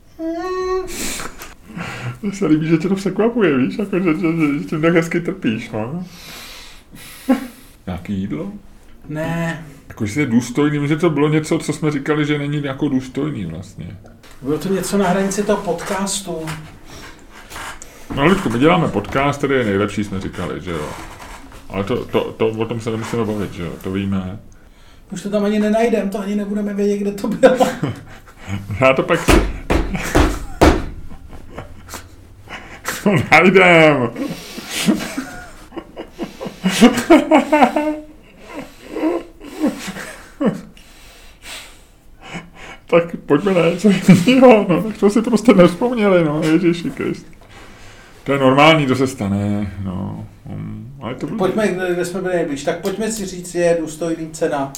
Mně se líbí, že tě to překvapuje, víš, jako, že tím tak hezky trpíš, no. Nějaký jídlo? Ne. Jako, že je důstojný, že to bylo něco, co jsme říkali, že není jako důstojný vlastně. Bylo to něco na hranici toho podcastu. No, Lidku, my děláme podcast, který je nejlepší, jsme říkali, že jo. Ale to o tom se nemusíme bavit, že jo, to víme. Už to tam ani nenajdem, to ani nebudeme vědět, kde to bylo. Já to pak... to najdem! Tak pojďme na něco jiného, no, tak to si prostě nevzpomněli, no, Ježíši Krist. To je normální, to se stane, no. Ale to bylo... Pojďme, kde jsme byli nejblíž, tak pojďme si říct, je důstojný cena.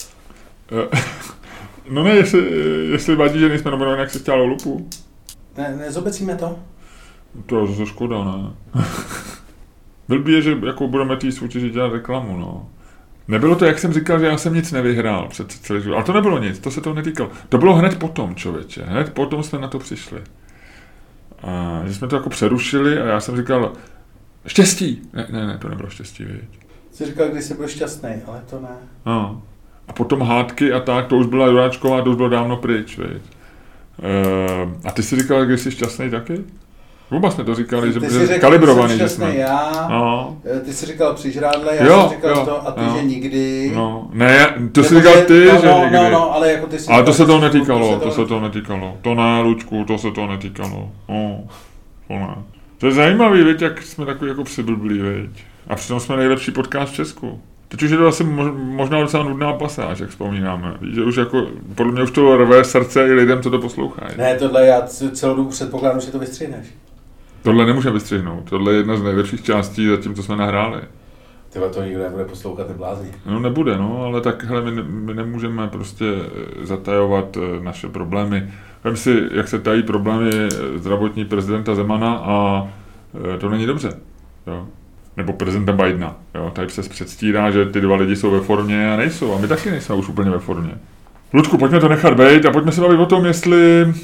No ne, jestli vadí, že nejsme nominovaní, jak se chtělo lupu. Nezobecíme to? To je zase škoda, ne. Blbý je, že jako budeme tý soutěži dělat reklamu, no. Nebylo to, jak jsem říkal, že já jsem nic nevyhrál před celý život. Ale to nebylo nic, to se toho netýkalo. To bylo hned potom, člověče. Hned potom jsme na to přišli. A že jsme to jako přerušili a já jsem říkal, štěstí! Ne, to nebylo štěstí, viď. Jsi říkal, když jsi byl šťastný, ale to ne. No. A potom hádky a tak, to už byla Juráčková, to už bylo dávno pryč, viď. A ty jsi říkal, když jsi šťastný taky? Oba jsme to říkali, že kalibrovaný, že jsme. Já, no. Ty jsi říkal při žrádle, já jsem říkal to a ty, že nikdy. No, ne, to jsi říkal ty, že nikdy. No, ale jako ty jsi... Ale to se toho netýkalo, to ne, Luďku, to se toho netýkalo. To ne. To je zajímavý, viď, jak jsme takový jako přiblblí, viď. A přitom jsme nejlepší podcast v Česku. Teď už je to asi možná docela nudná pasáž, jak vzpomínáme. Víš, že už jako, podle mě už to rve srdce i lidem, co to poslouchají. Ne, tohle já celou dobu předpokládám, že to vystřihneš. Tohle nemůžeme vystřihnout. Tohle je jedna z nejlepších částí zatím, co jsme nahráli. Tyhle to nikdo nebude poslouchat, neblázni. No nebude, no, ale tak hele, my nemůžeme prostě zatajovat naše problémy. Vem si, jak se tají problémy zdravotní prezidenta Zemana a to není dobře. Jo. Nebo prezidenta Bidena. Jo. Tady se předstírá, že ty dva lidi jsou ve formě a nejsou. A my taky nejsme už úplně ve formě. Ludku, pojďme to nechat bejt a pojďme se bavit o tom, jestli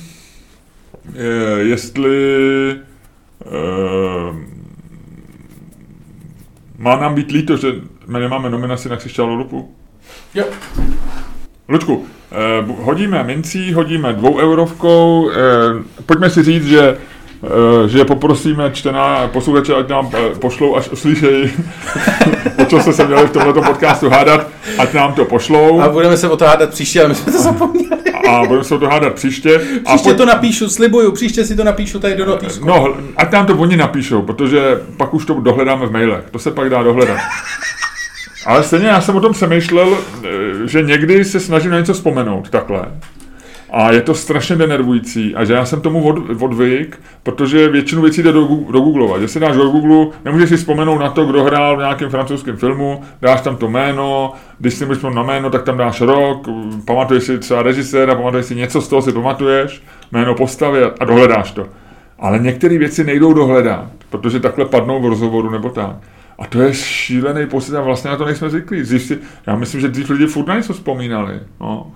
má nám být líto, že my nemáme nominaci na Křišťálovou lupu? Jo. Luďku, hodíme mincí, hodíme 2 eurovkou, pojďme si říct, že poprosíme posluchače, ať nám pošlou, až uslyšejí, o čem jsme se měli v tomto podcastu hádat, ať nám to pošlou. A budeme se o to hádat příště, ale my jsme to zapomněli. A budeme se o to hádat příště. Příště to napíšu, slibuju, příště si to napíšu tady do notýsku. No, ať nám to oni napíšou, protože pak už to dohledáme v mailech, to se pak dá dohledat. Ale stejně já jsem o tom přemýšlel, že někdy se snažím na něco vzpomenout takhle. A je to strašně denervující a že já jsem tomu odvyk, protože většinu věcí jde do Googlova. Že si dáš do Google, nemůžeš si vzpomenout na to, kdo hrál v nějakém francouzském filmu, dáš tam to jméno, když si můžeš na jméno, tak tam dáš rok, pamatuješ si třeba režiséra, pamatuješ si něco z toho, si pamatuješ, jméno postavy a dohledáš to. Ale některé věci nejdou dohledat, protože takhle padnou v rozhovoru nebo tak. A to je šílený pocit a vlastně na to nejsme zvyklí. Já myslím, že dřív lidi furt na něco vzpomínali. No.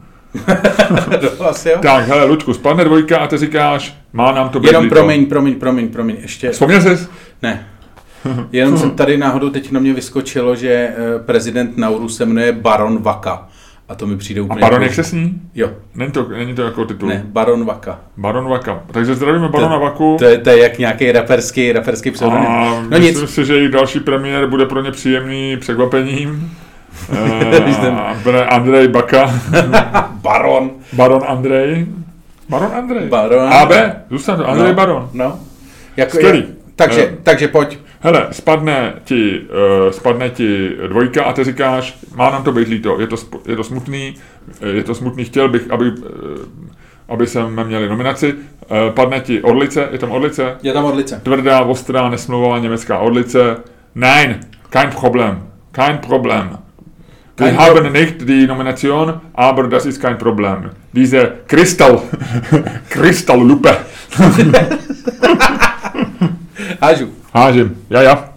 Tak, hele, Luďku, spadne 2 a ty říkáš, má nám to být jenom promiň, ještě. Vzpomněl jsi? Ne. Jenom jsem tady náhodou teď na mě vyskočilo, že prezident Nauru se jmenuje Baron Vaka. A to mi přijde úplně... A Baron jak se sní? Jo. Není to jako titul? Ne, Baron Vaka. Baron Vaka. Takže zdravíme Barona Vaku. To je jak nějaký raperský pseudonym. A no myslím si, že jejich další premiér bude pro ně příjemný překvapením. Andrej Baka. Baron Andrej. AB. Zůstane to. Andrej Baron. No. Skvělý. Takže pojď. Hele, spadne ti 2 a ty říkáš, má nám to být líto, je to smutný, chtěl bych, aby jsme měli nominaci. Padne ti Orlice, je tam Orlice? Je tam Orlice. Tvrdá, ostrá, nesmlouvavá německá Orlice. Nein, kein Problem. Wir haben nicht die Nomination, aber das ist kein Problem. Diese Kristalllupe. Hážim, ja.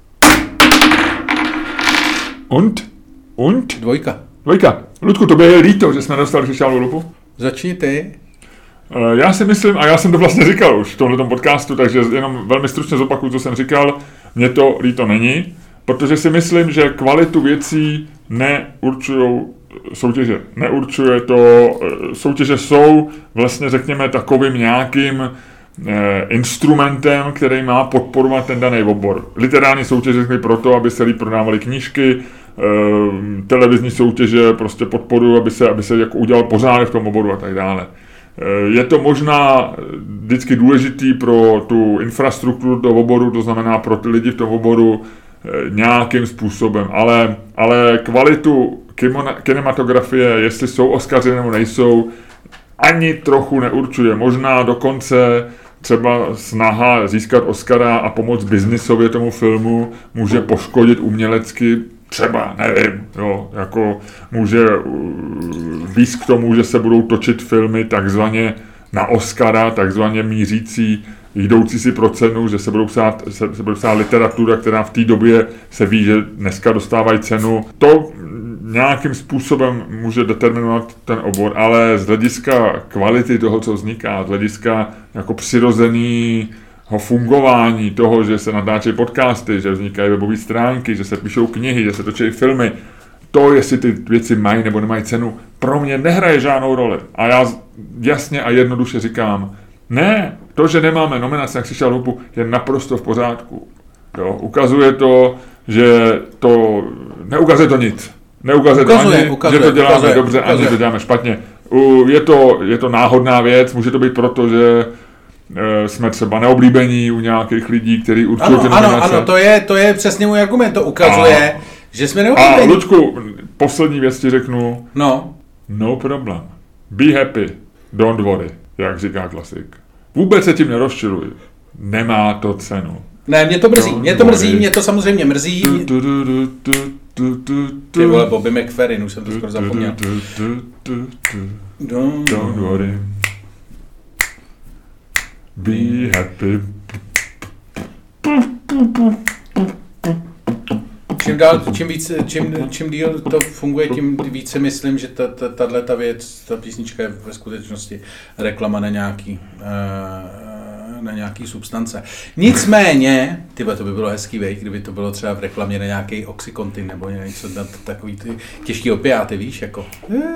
Und? 2. Ludku, tobě je líto, že jsme dostali křišťálovou lupu? Začni ty. Já si myslím, a já jsem to vlastně říkal už v tomhletom podcastu, takže jenom velmi stručně zopakuju, co jsem říkal, mně to líto není, protože si myslím, že kvalitu věcí neurčují soutěže. Neurčuje to, soutěže jsou vlastně, řekněme, takovým nějakým instrumentem, který má podporovat ten daný obor. Literární soutěže jsou proto, aby se líp prodávaly knížky, televizní soutěže prostě podporují, aby se jako udělal pořádek v tom oboru a tak dále. Je to možná vždycky důležitý pro tu infrastrukturu toho oboru, to znamená pro ty lidi v tom oboru nějakým způsobem, ale kvalitu kinematografie, jestli jsou Oscaři nebo nejsou, ani trochu neurčuje. Možná dokonce třeba snaha získat Oscara a pomoct biznisově tomu filmu může poškodit umělecky, třeba, nevím, jo, jako může víc k tomu, že se budou točit filmy takzvaně na Oscara, takzvaně mířící, jdoucí si pro cenu, že se bude psát literatura, která v té době se ví, že dneska dostávají cenu. To nějakým způsobem může determinovat ten obor, ale z hlediska kvality toho, co vzniká, z hlediska jako přirozeného fungování toho, že se natáčejí podcasty, že vznikají webové stránky, že se píšou knihy, že se točí filmy, to, jestli ty věci mají nebo nemají cenu, pro mě nehraje žádnou roli. A já jasně a jednoduše říkám, ne, to, že nemáme nominaci na Křišťálovou lupu, je naprosto v pořádku. Jo, ukazuje to, že to neukazuje to nic. Neukazuje to ani, že to děláme dobře, ani že to děláme špatně. Je to náhodná věc, může to být proto, že jsme třeba neoblíbení u nějakých lidí, kteří určují ty nominace. Ano, to je přesně můj argument, to ukazuje, že jsme neoblíbení. A Luďku, poslední věc ti řeknu. No problem. Be happy, don't worry, jak říká klasik. Vůbec se tím nerozčiluj. Nemá to cenu. Ne, mě to samozřejmě mrzí. Ty vole, Bobby McFerrin, už jsem to skoro zapomněl. Don't worry. Be happy. Čím díl to funguje, tím více myslím, že tato věc, ta písnička je ve skutečnosti reklama na nějaký substance. Nicméně, to by bylo hezký, kdyby to bylo třeba v reklamě na nějaký Oxycontin nebo něco na takový ty těžký opiáty, víš, jako.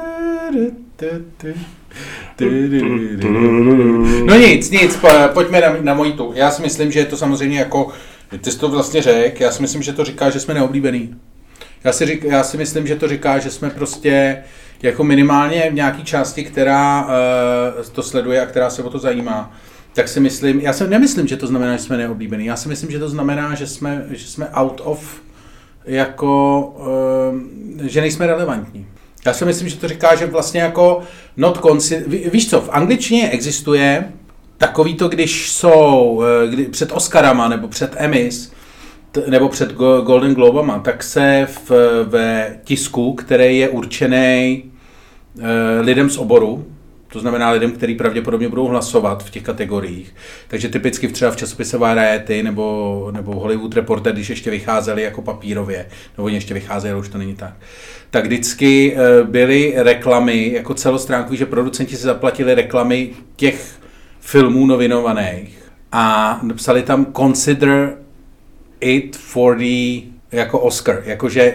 No nic, pojďme na mojí tu. Já si myslím, že je to samozřejmě jako, ty jsi to vlastně řekl, já si myslím, že to říká, že jsme neoblíbený. Já si myslím, že to říká, že jsme prostě jako minimálně v nějaký části, která to sleduje a která se o to zajímá. Tak si myslím, já si nemyslím, že to znamená, že jsme neoblíbený. Já si myslím, že to znamená, že jsme out of, jako, že nejsme relevantní. Já si myslím, že to říká, že vlastně jako víš co, v angličtině existuje takový to, když jsou před Oscarama nebo před Emmys nebo před Golden Globama, tak se ve tisku, který je určený lidem z oboru, to znamená lidem, kteří pravděpodobně budou hlasovat v těch kategoriích. Takže typicky třeba v časopise Variety nebo Hollywood Reporter, když ještě vycházeli jako papírově, nebo oni ještě vycházeli, ale už to není tak vždycky byly reklamy jako celostránkový, že producenti si zaplatili reklamy těch filmů nominovaných a napsali tam consider it for the jako Oscar, jakože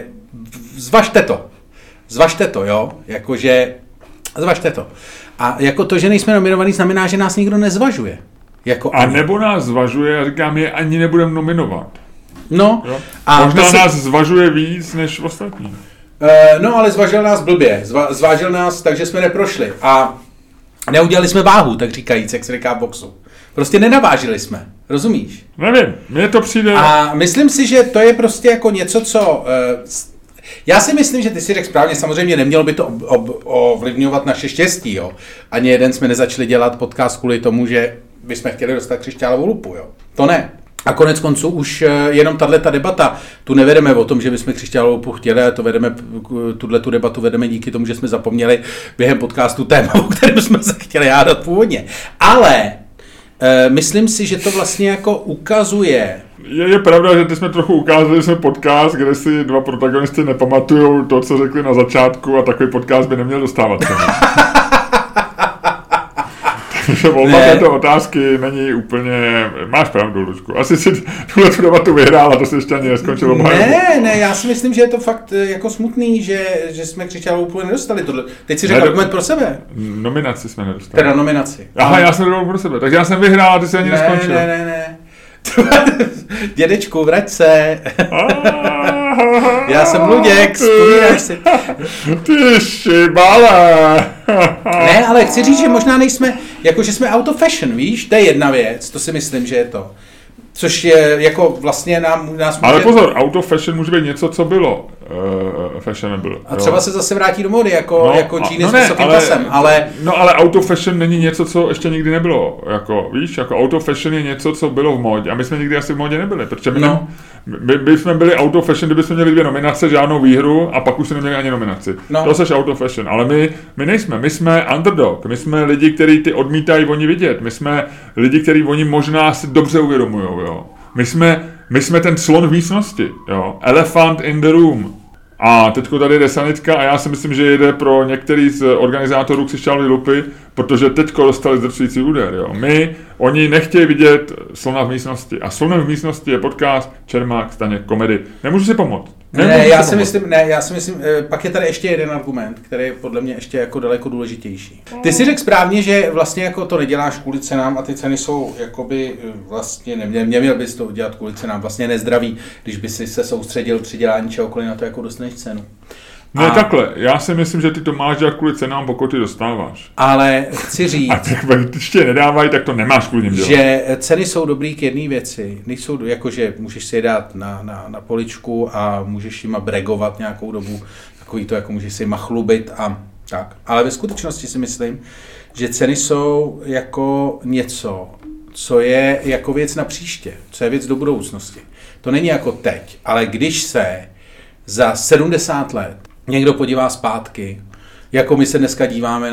zvažte to, jo, jakože zvažte to. A jako to, že nejsme nominovaní, znamená, že nás nikdo nezvažuje. Jako a nebo nás zvažuje, já říkám, je ani nebudeme nominovat. No. Jo? A možná nás zvažuje víc než ostatní. No, ale zvažil nás blbě. Zvážil nás, takže jsme neprošli. A neudělali jsme váhu, tak říkajíc, jak se říká v boxu. Prostě nenavážili jsme. Rozumíš? Nevím, mně to přijde... A myslím si, že to je prostě jako něco, co... Já si myslím, že ty si řekl správně, samozřejmě nemělo by to ovlivňovat naše štěstí, jo. Ani jeden jsme nezačali dělat podcast kvůli tomu, že bychom chtěli dostat křišťálovou lupu, jo. To ne. A konec konců už jenom tato debata, tu nevedeme o tom, že bychom křišťálovou lupu chtěli, a tu debatu vedeme díky tomu, že jsme zapomněli během podcastu téma, o kterém jsme se chtěli hádat původně. Ale myslím si, že to vlastně jako ukazuje... Je pravda, že ty jsme trochu ukázali, že jsme podcast, kde si dva protagonisty nepamatujou to, co řekli na začátku, a takový podcast by neměl dostávat. Takže volba této otázky není úplně... Máš pravdu, Lučku. Asi si tuhle debatu vyhrál a to se ještě ani neskončilo. Ne, já si myslím, že je to fakt jako smutný, že jsme křičálovou půl nedostali tohle. Teď si řekl argument pro sebe. Nominaci jsme nedostali. Teda nominaci. Aha, já jsem řekl pro sebe, takže já jsem vyhrál a ty si ani neskončil. Ne. Dědečku, vrať se. Já jsem Luděk, vzpomínáš si. Ty šibale. Ne, ale chci říct, že možná nejsme, jakože jsme out of fashion, víš? To je jedna věc, to si myslím, že je to. Což je jako vlastně nás může... Ale pozor, out of fashion může být něco, co bylo fashionable. A třeba se zase vrátí do mody, jako džíny s vysokým pasem, ale... No ale out of fashion není něco, co ještě nikdy nebylo, jako víš, jako out of fashion je něco, co bylo v módě, a my jsme nikdy asi v módě nebyli, protože my jsme byli out of fashion, kdyby jsme měli 2 nominace, žádnou výhru, a pak už jsme neměli ani nominaci. To seš out of fashion, ale my nejsme, my jsme underdog, my jsme lidi, kteří ty odmítají oni vidět, my jsme lidi, kteří oni možná si dobře uvědomujou, jo. My jsme ten slon v místnosti, jo. Elephant in the room. A teďko tady jde sanitka a já si myslím, že jede pro některý z organizátorů křišťálové lupy, protože teďko dostali zdrcující úder, jo. Oni nechtějí vidět slona v místnosti. A slonem v místnosti je podcast Čermák, Staněk, Komedy. Nemůžu si pomoct. Já si myslím, pak je tady ještě jeden argument, který je podle mě ještě jako daleko důležitější. Ty si řekl správně, že vlastně jako to neděláš kvůli cenám a ty ceny jsou jakoby vlastně, neměl bys to udělat kvůli cenám, vlastně nezdravý, když by si se soustředil při dělání čehokoliv na to, jako dostaneš cenu. Ne, takhle, já si myslím, že ty to máš dělat kvůli cenám, pokud ty dostáváš. Ale chci říct... A když tě nedávají, tak to nemáš kvůli něm dělat. Že ceny jsou dobrý k jedné věci. Nejsou, jakože můžeš si je dát na poličku a můžeš jima bregovat nějakou dobu, takový to, jako můžeš si jima chlubit a tak. Ale ve skutečnosti si myslím, že ceny jsou jako něco, co je jako věc na příště, co je věc do budoucnosti. To není jako teď, ale když se za 70 let někdo podívá zpátky, jako my se dneska díváme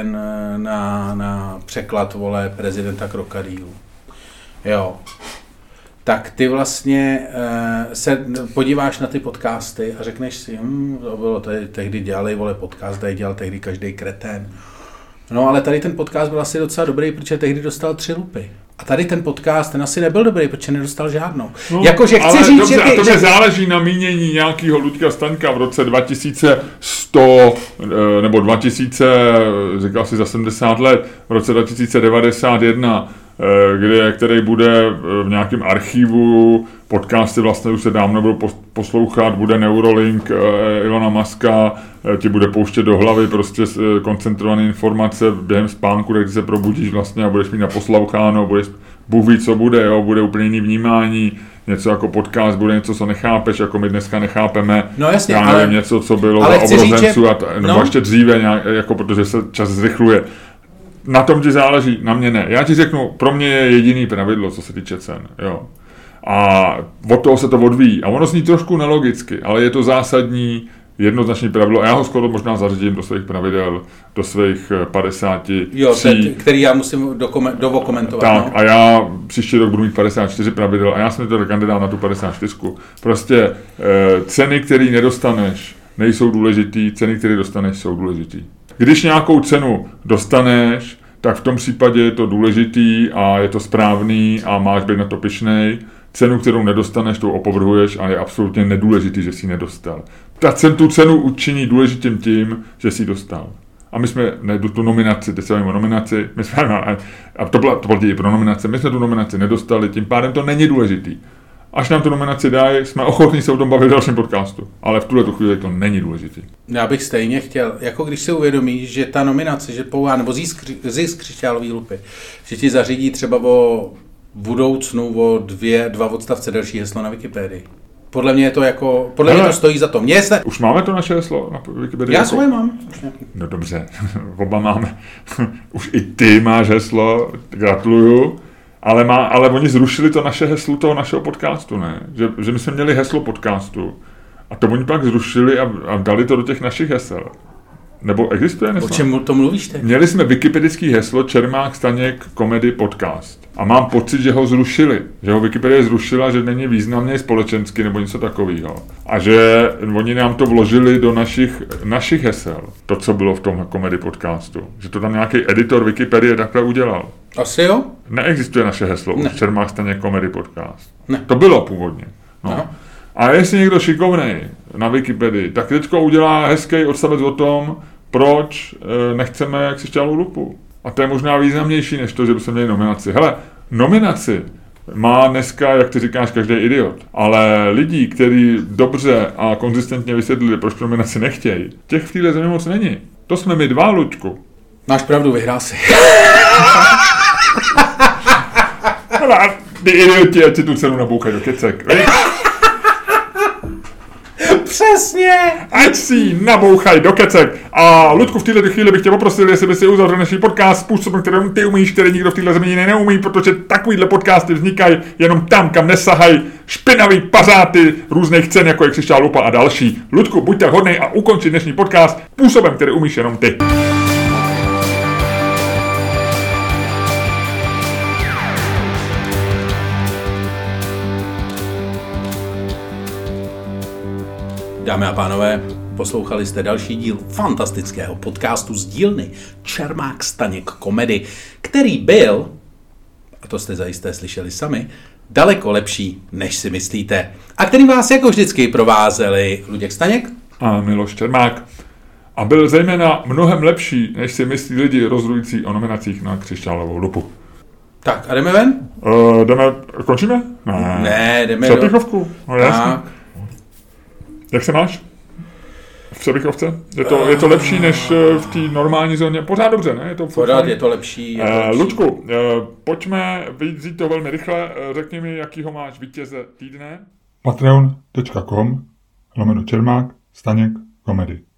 na překlad, prezidenta Krokodýlu. Jo. Tak ty vlastně se podíváš na ty podcasty a řekneš si, to bylo tehdy dělali, podcast, tady dělal tehdy každý kretén. No ale tady ten podcast byl asi docela dobrý, protože tehdy dostal 3 lupy. A tady ten podcast, ten asi nebyl dobrý, protože nedostal žádnou. No, jakože chci říct, dobře, že... to záleží na mínění nějakého Luďka Staňka v roce 2100, nebo 2000, říkal si za 70 let, v roce 2091, který bude v nějakém archivu, podcasty vlastně už se dávno budou poslouchat, bude Neuralink Ilona Muska, ti bude pouštět do hlavy prostě koncentrované informace během spánku, když se probudíš vlastně a budeš mít naposloucháno, Bůh ví, co bude, jo, bude úplně jiný vnímání, něco jako podcast, bude něco, co nechápeš, jako my dneska nechápeme, no jasně, já nevím, něco, co bylo za obrozenců, nebo ještě dříve, jako protože se čas zrychluje. Na tom ti záleží, na mě ne. Já ti řeknu, pro mě je jediný pravidlo, co se týče cen, jo. A od toho se to odvíjí. A ono zní trošku nelogicky, ale je to zásadní jednoznačný pravidlo, a já ho skoro možná zařadím do svých pravidel, do svých 50. Jo, který já musím dokomentovat. Tak, no. A já příští rok budu mít 54 pravidel a já jsem to kandidát na tu 54. Prostě ceny, které nedostaneš, nejsou důležitý, ceny, které dostaneš, jsou důležitý. Když nějakou cenu dostaneš, tak v tom případě je to důležitý a je to správný a máš být na to pyšnej. Cenu, kterou nedostaneš, tou opovrhuješ a je absolutně nedůležitý, že jsi ji nedostal. Tu cenu učiní důležitým tím, že jsi ji dostal. A my jsme tu nominaci, teď se bavíme o nominaci, a to platí i pro nominaci, my jsme tu nominaci nedostali, tím pádem to není důležitý. Až nám tu nominaci dají, jsme ochotní se o tom bavit v dalším podcastu. Ale v tuhle chvíli to není důležitý. Já bych stejně chtěl, jako když si uvědomíš, že ta nominace, že pouhá, nebo zisk křišťálový lupy, že ti zařídí třeba o budoucnu o dva odstavce další heslo na Wikipedii. Podle mě je to jako, podle mě to stojí za to. Už máme to naše heslo na Wikipedii? Já svoje mám. No dobře, oba máme. Už i ty máš heslo, gratuluju. Ale oni zrušili to naše heslo toho našeho podcastu, ne? Že my jsme měli heslo podcastu a to oni pak zrušili a dali to do těch našich hesel. Nebo existuje heslo? O čem to mluvíš teď? Měli jsme wikipedický heslo Čermák Staněk Comedy Podcast. A mám pocit, že ho zrušili. Že ho Wikipedie zrušila, že není významný společensky nebo něco takového. A že oni nám to vložili do našich hesel. To, co bylo v tom Comedy Podcastu. Že to tam nějaký editor Wikipedie takhle udělal. Asi jo? Neexistuje naše heslo. Už Čermák Staněk Comedy Podcast. Ne. To bylo původně. No. A jestli někdo šikovnej na Wikipedii, tak teďko udělá hezký odstavec o tom, proč nechceme křišťálovou lupu. A to je možná významnější, než to, že bychom měli nominaci. Hele, nominaci má dneska, jak ty říkáš, každý idiot. Ale lidí, kteří dobře a konzistentně vysvětlili, proč nominaci nechtějí, těch v téhle zemi moc není. To jsme my dva, Luďku. Máš pravdu, vyhrál si. Hele, ty idioti, ať si tu cenu nabouchají do kecek. Přesně! Ať si ji nabouchají do kecek. A Ludku, v této chvíli bych tě poprosil, jestli by si uzavřel dnešní podcast způsobem, který ty umíš, který nikdo v této zemi neumí, protože takovýhle podcasty vznikají jenom tam, kam nesahají špinavý pařáty různých cen, jako je křišťálová lupa a další. Ludku, buď tak hodnej a ukonči dnešní podcast způsobem, který umíš jenom ty. Dámy a pánové, poslouchali jste další díl fantastického podcastu z dílny Čermák Staněk Comedy, který byl, a to jste zajisté slyšeli sami, daleko lepší, než si myslíte. A který vás jako vždycky provázeli Luděk Staněk a Miloš Čermák. A byl zejména mnohem lepší, než si myslí lidi rozhodující o nominacích na křišťálovou lupu. Tak a jdeme ven? Končíme? Ne, jdeme Přepichovku, no jasně. Jak se máš? V Přepichovce? Je to lepší než v té normální zóně? Pořád dobře, ne? Pořád je to lepší. Luďku, pojďme vzít to velmi rychle. Řekni mi, jakýho máš vítěze týdne. Patreon.com/Čermák Staněk Comedy.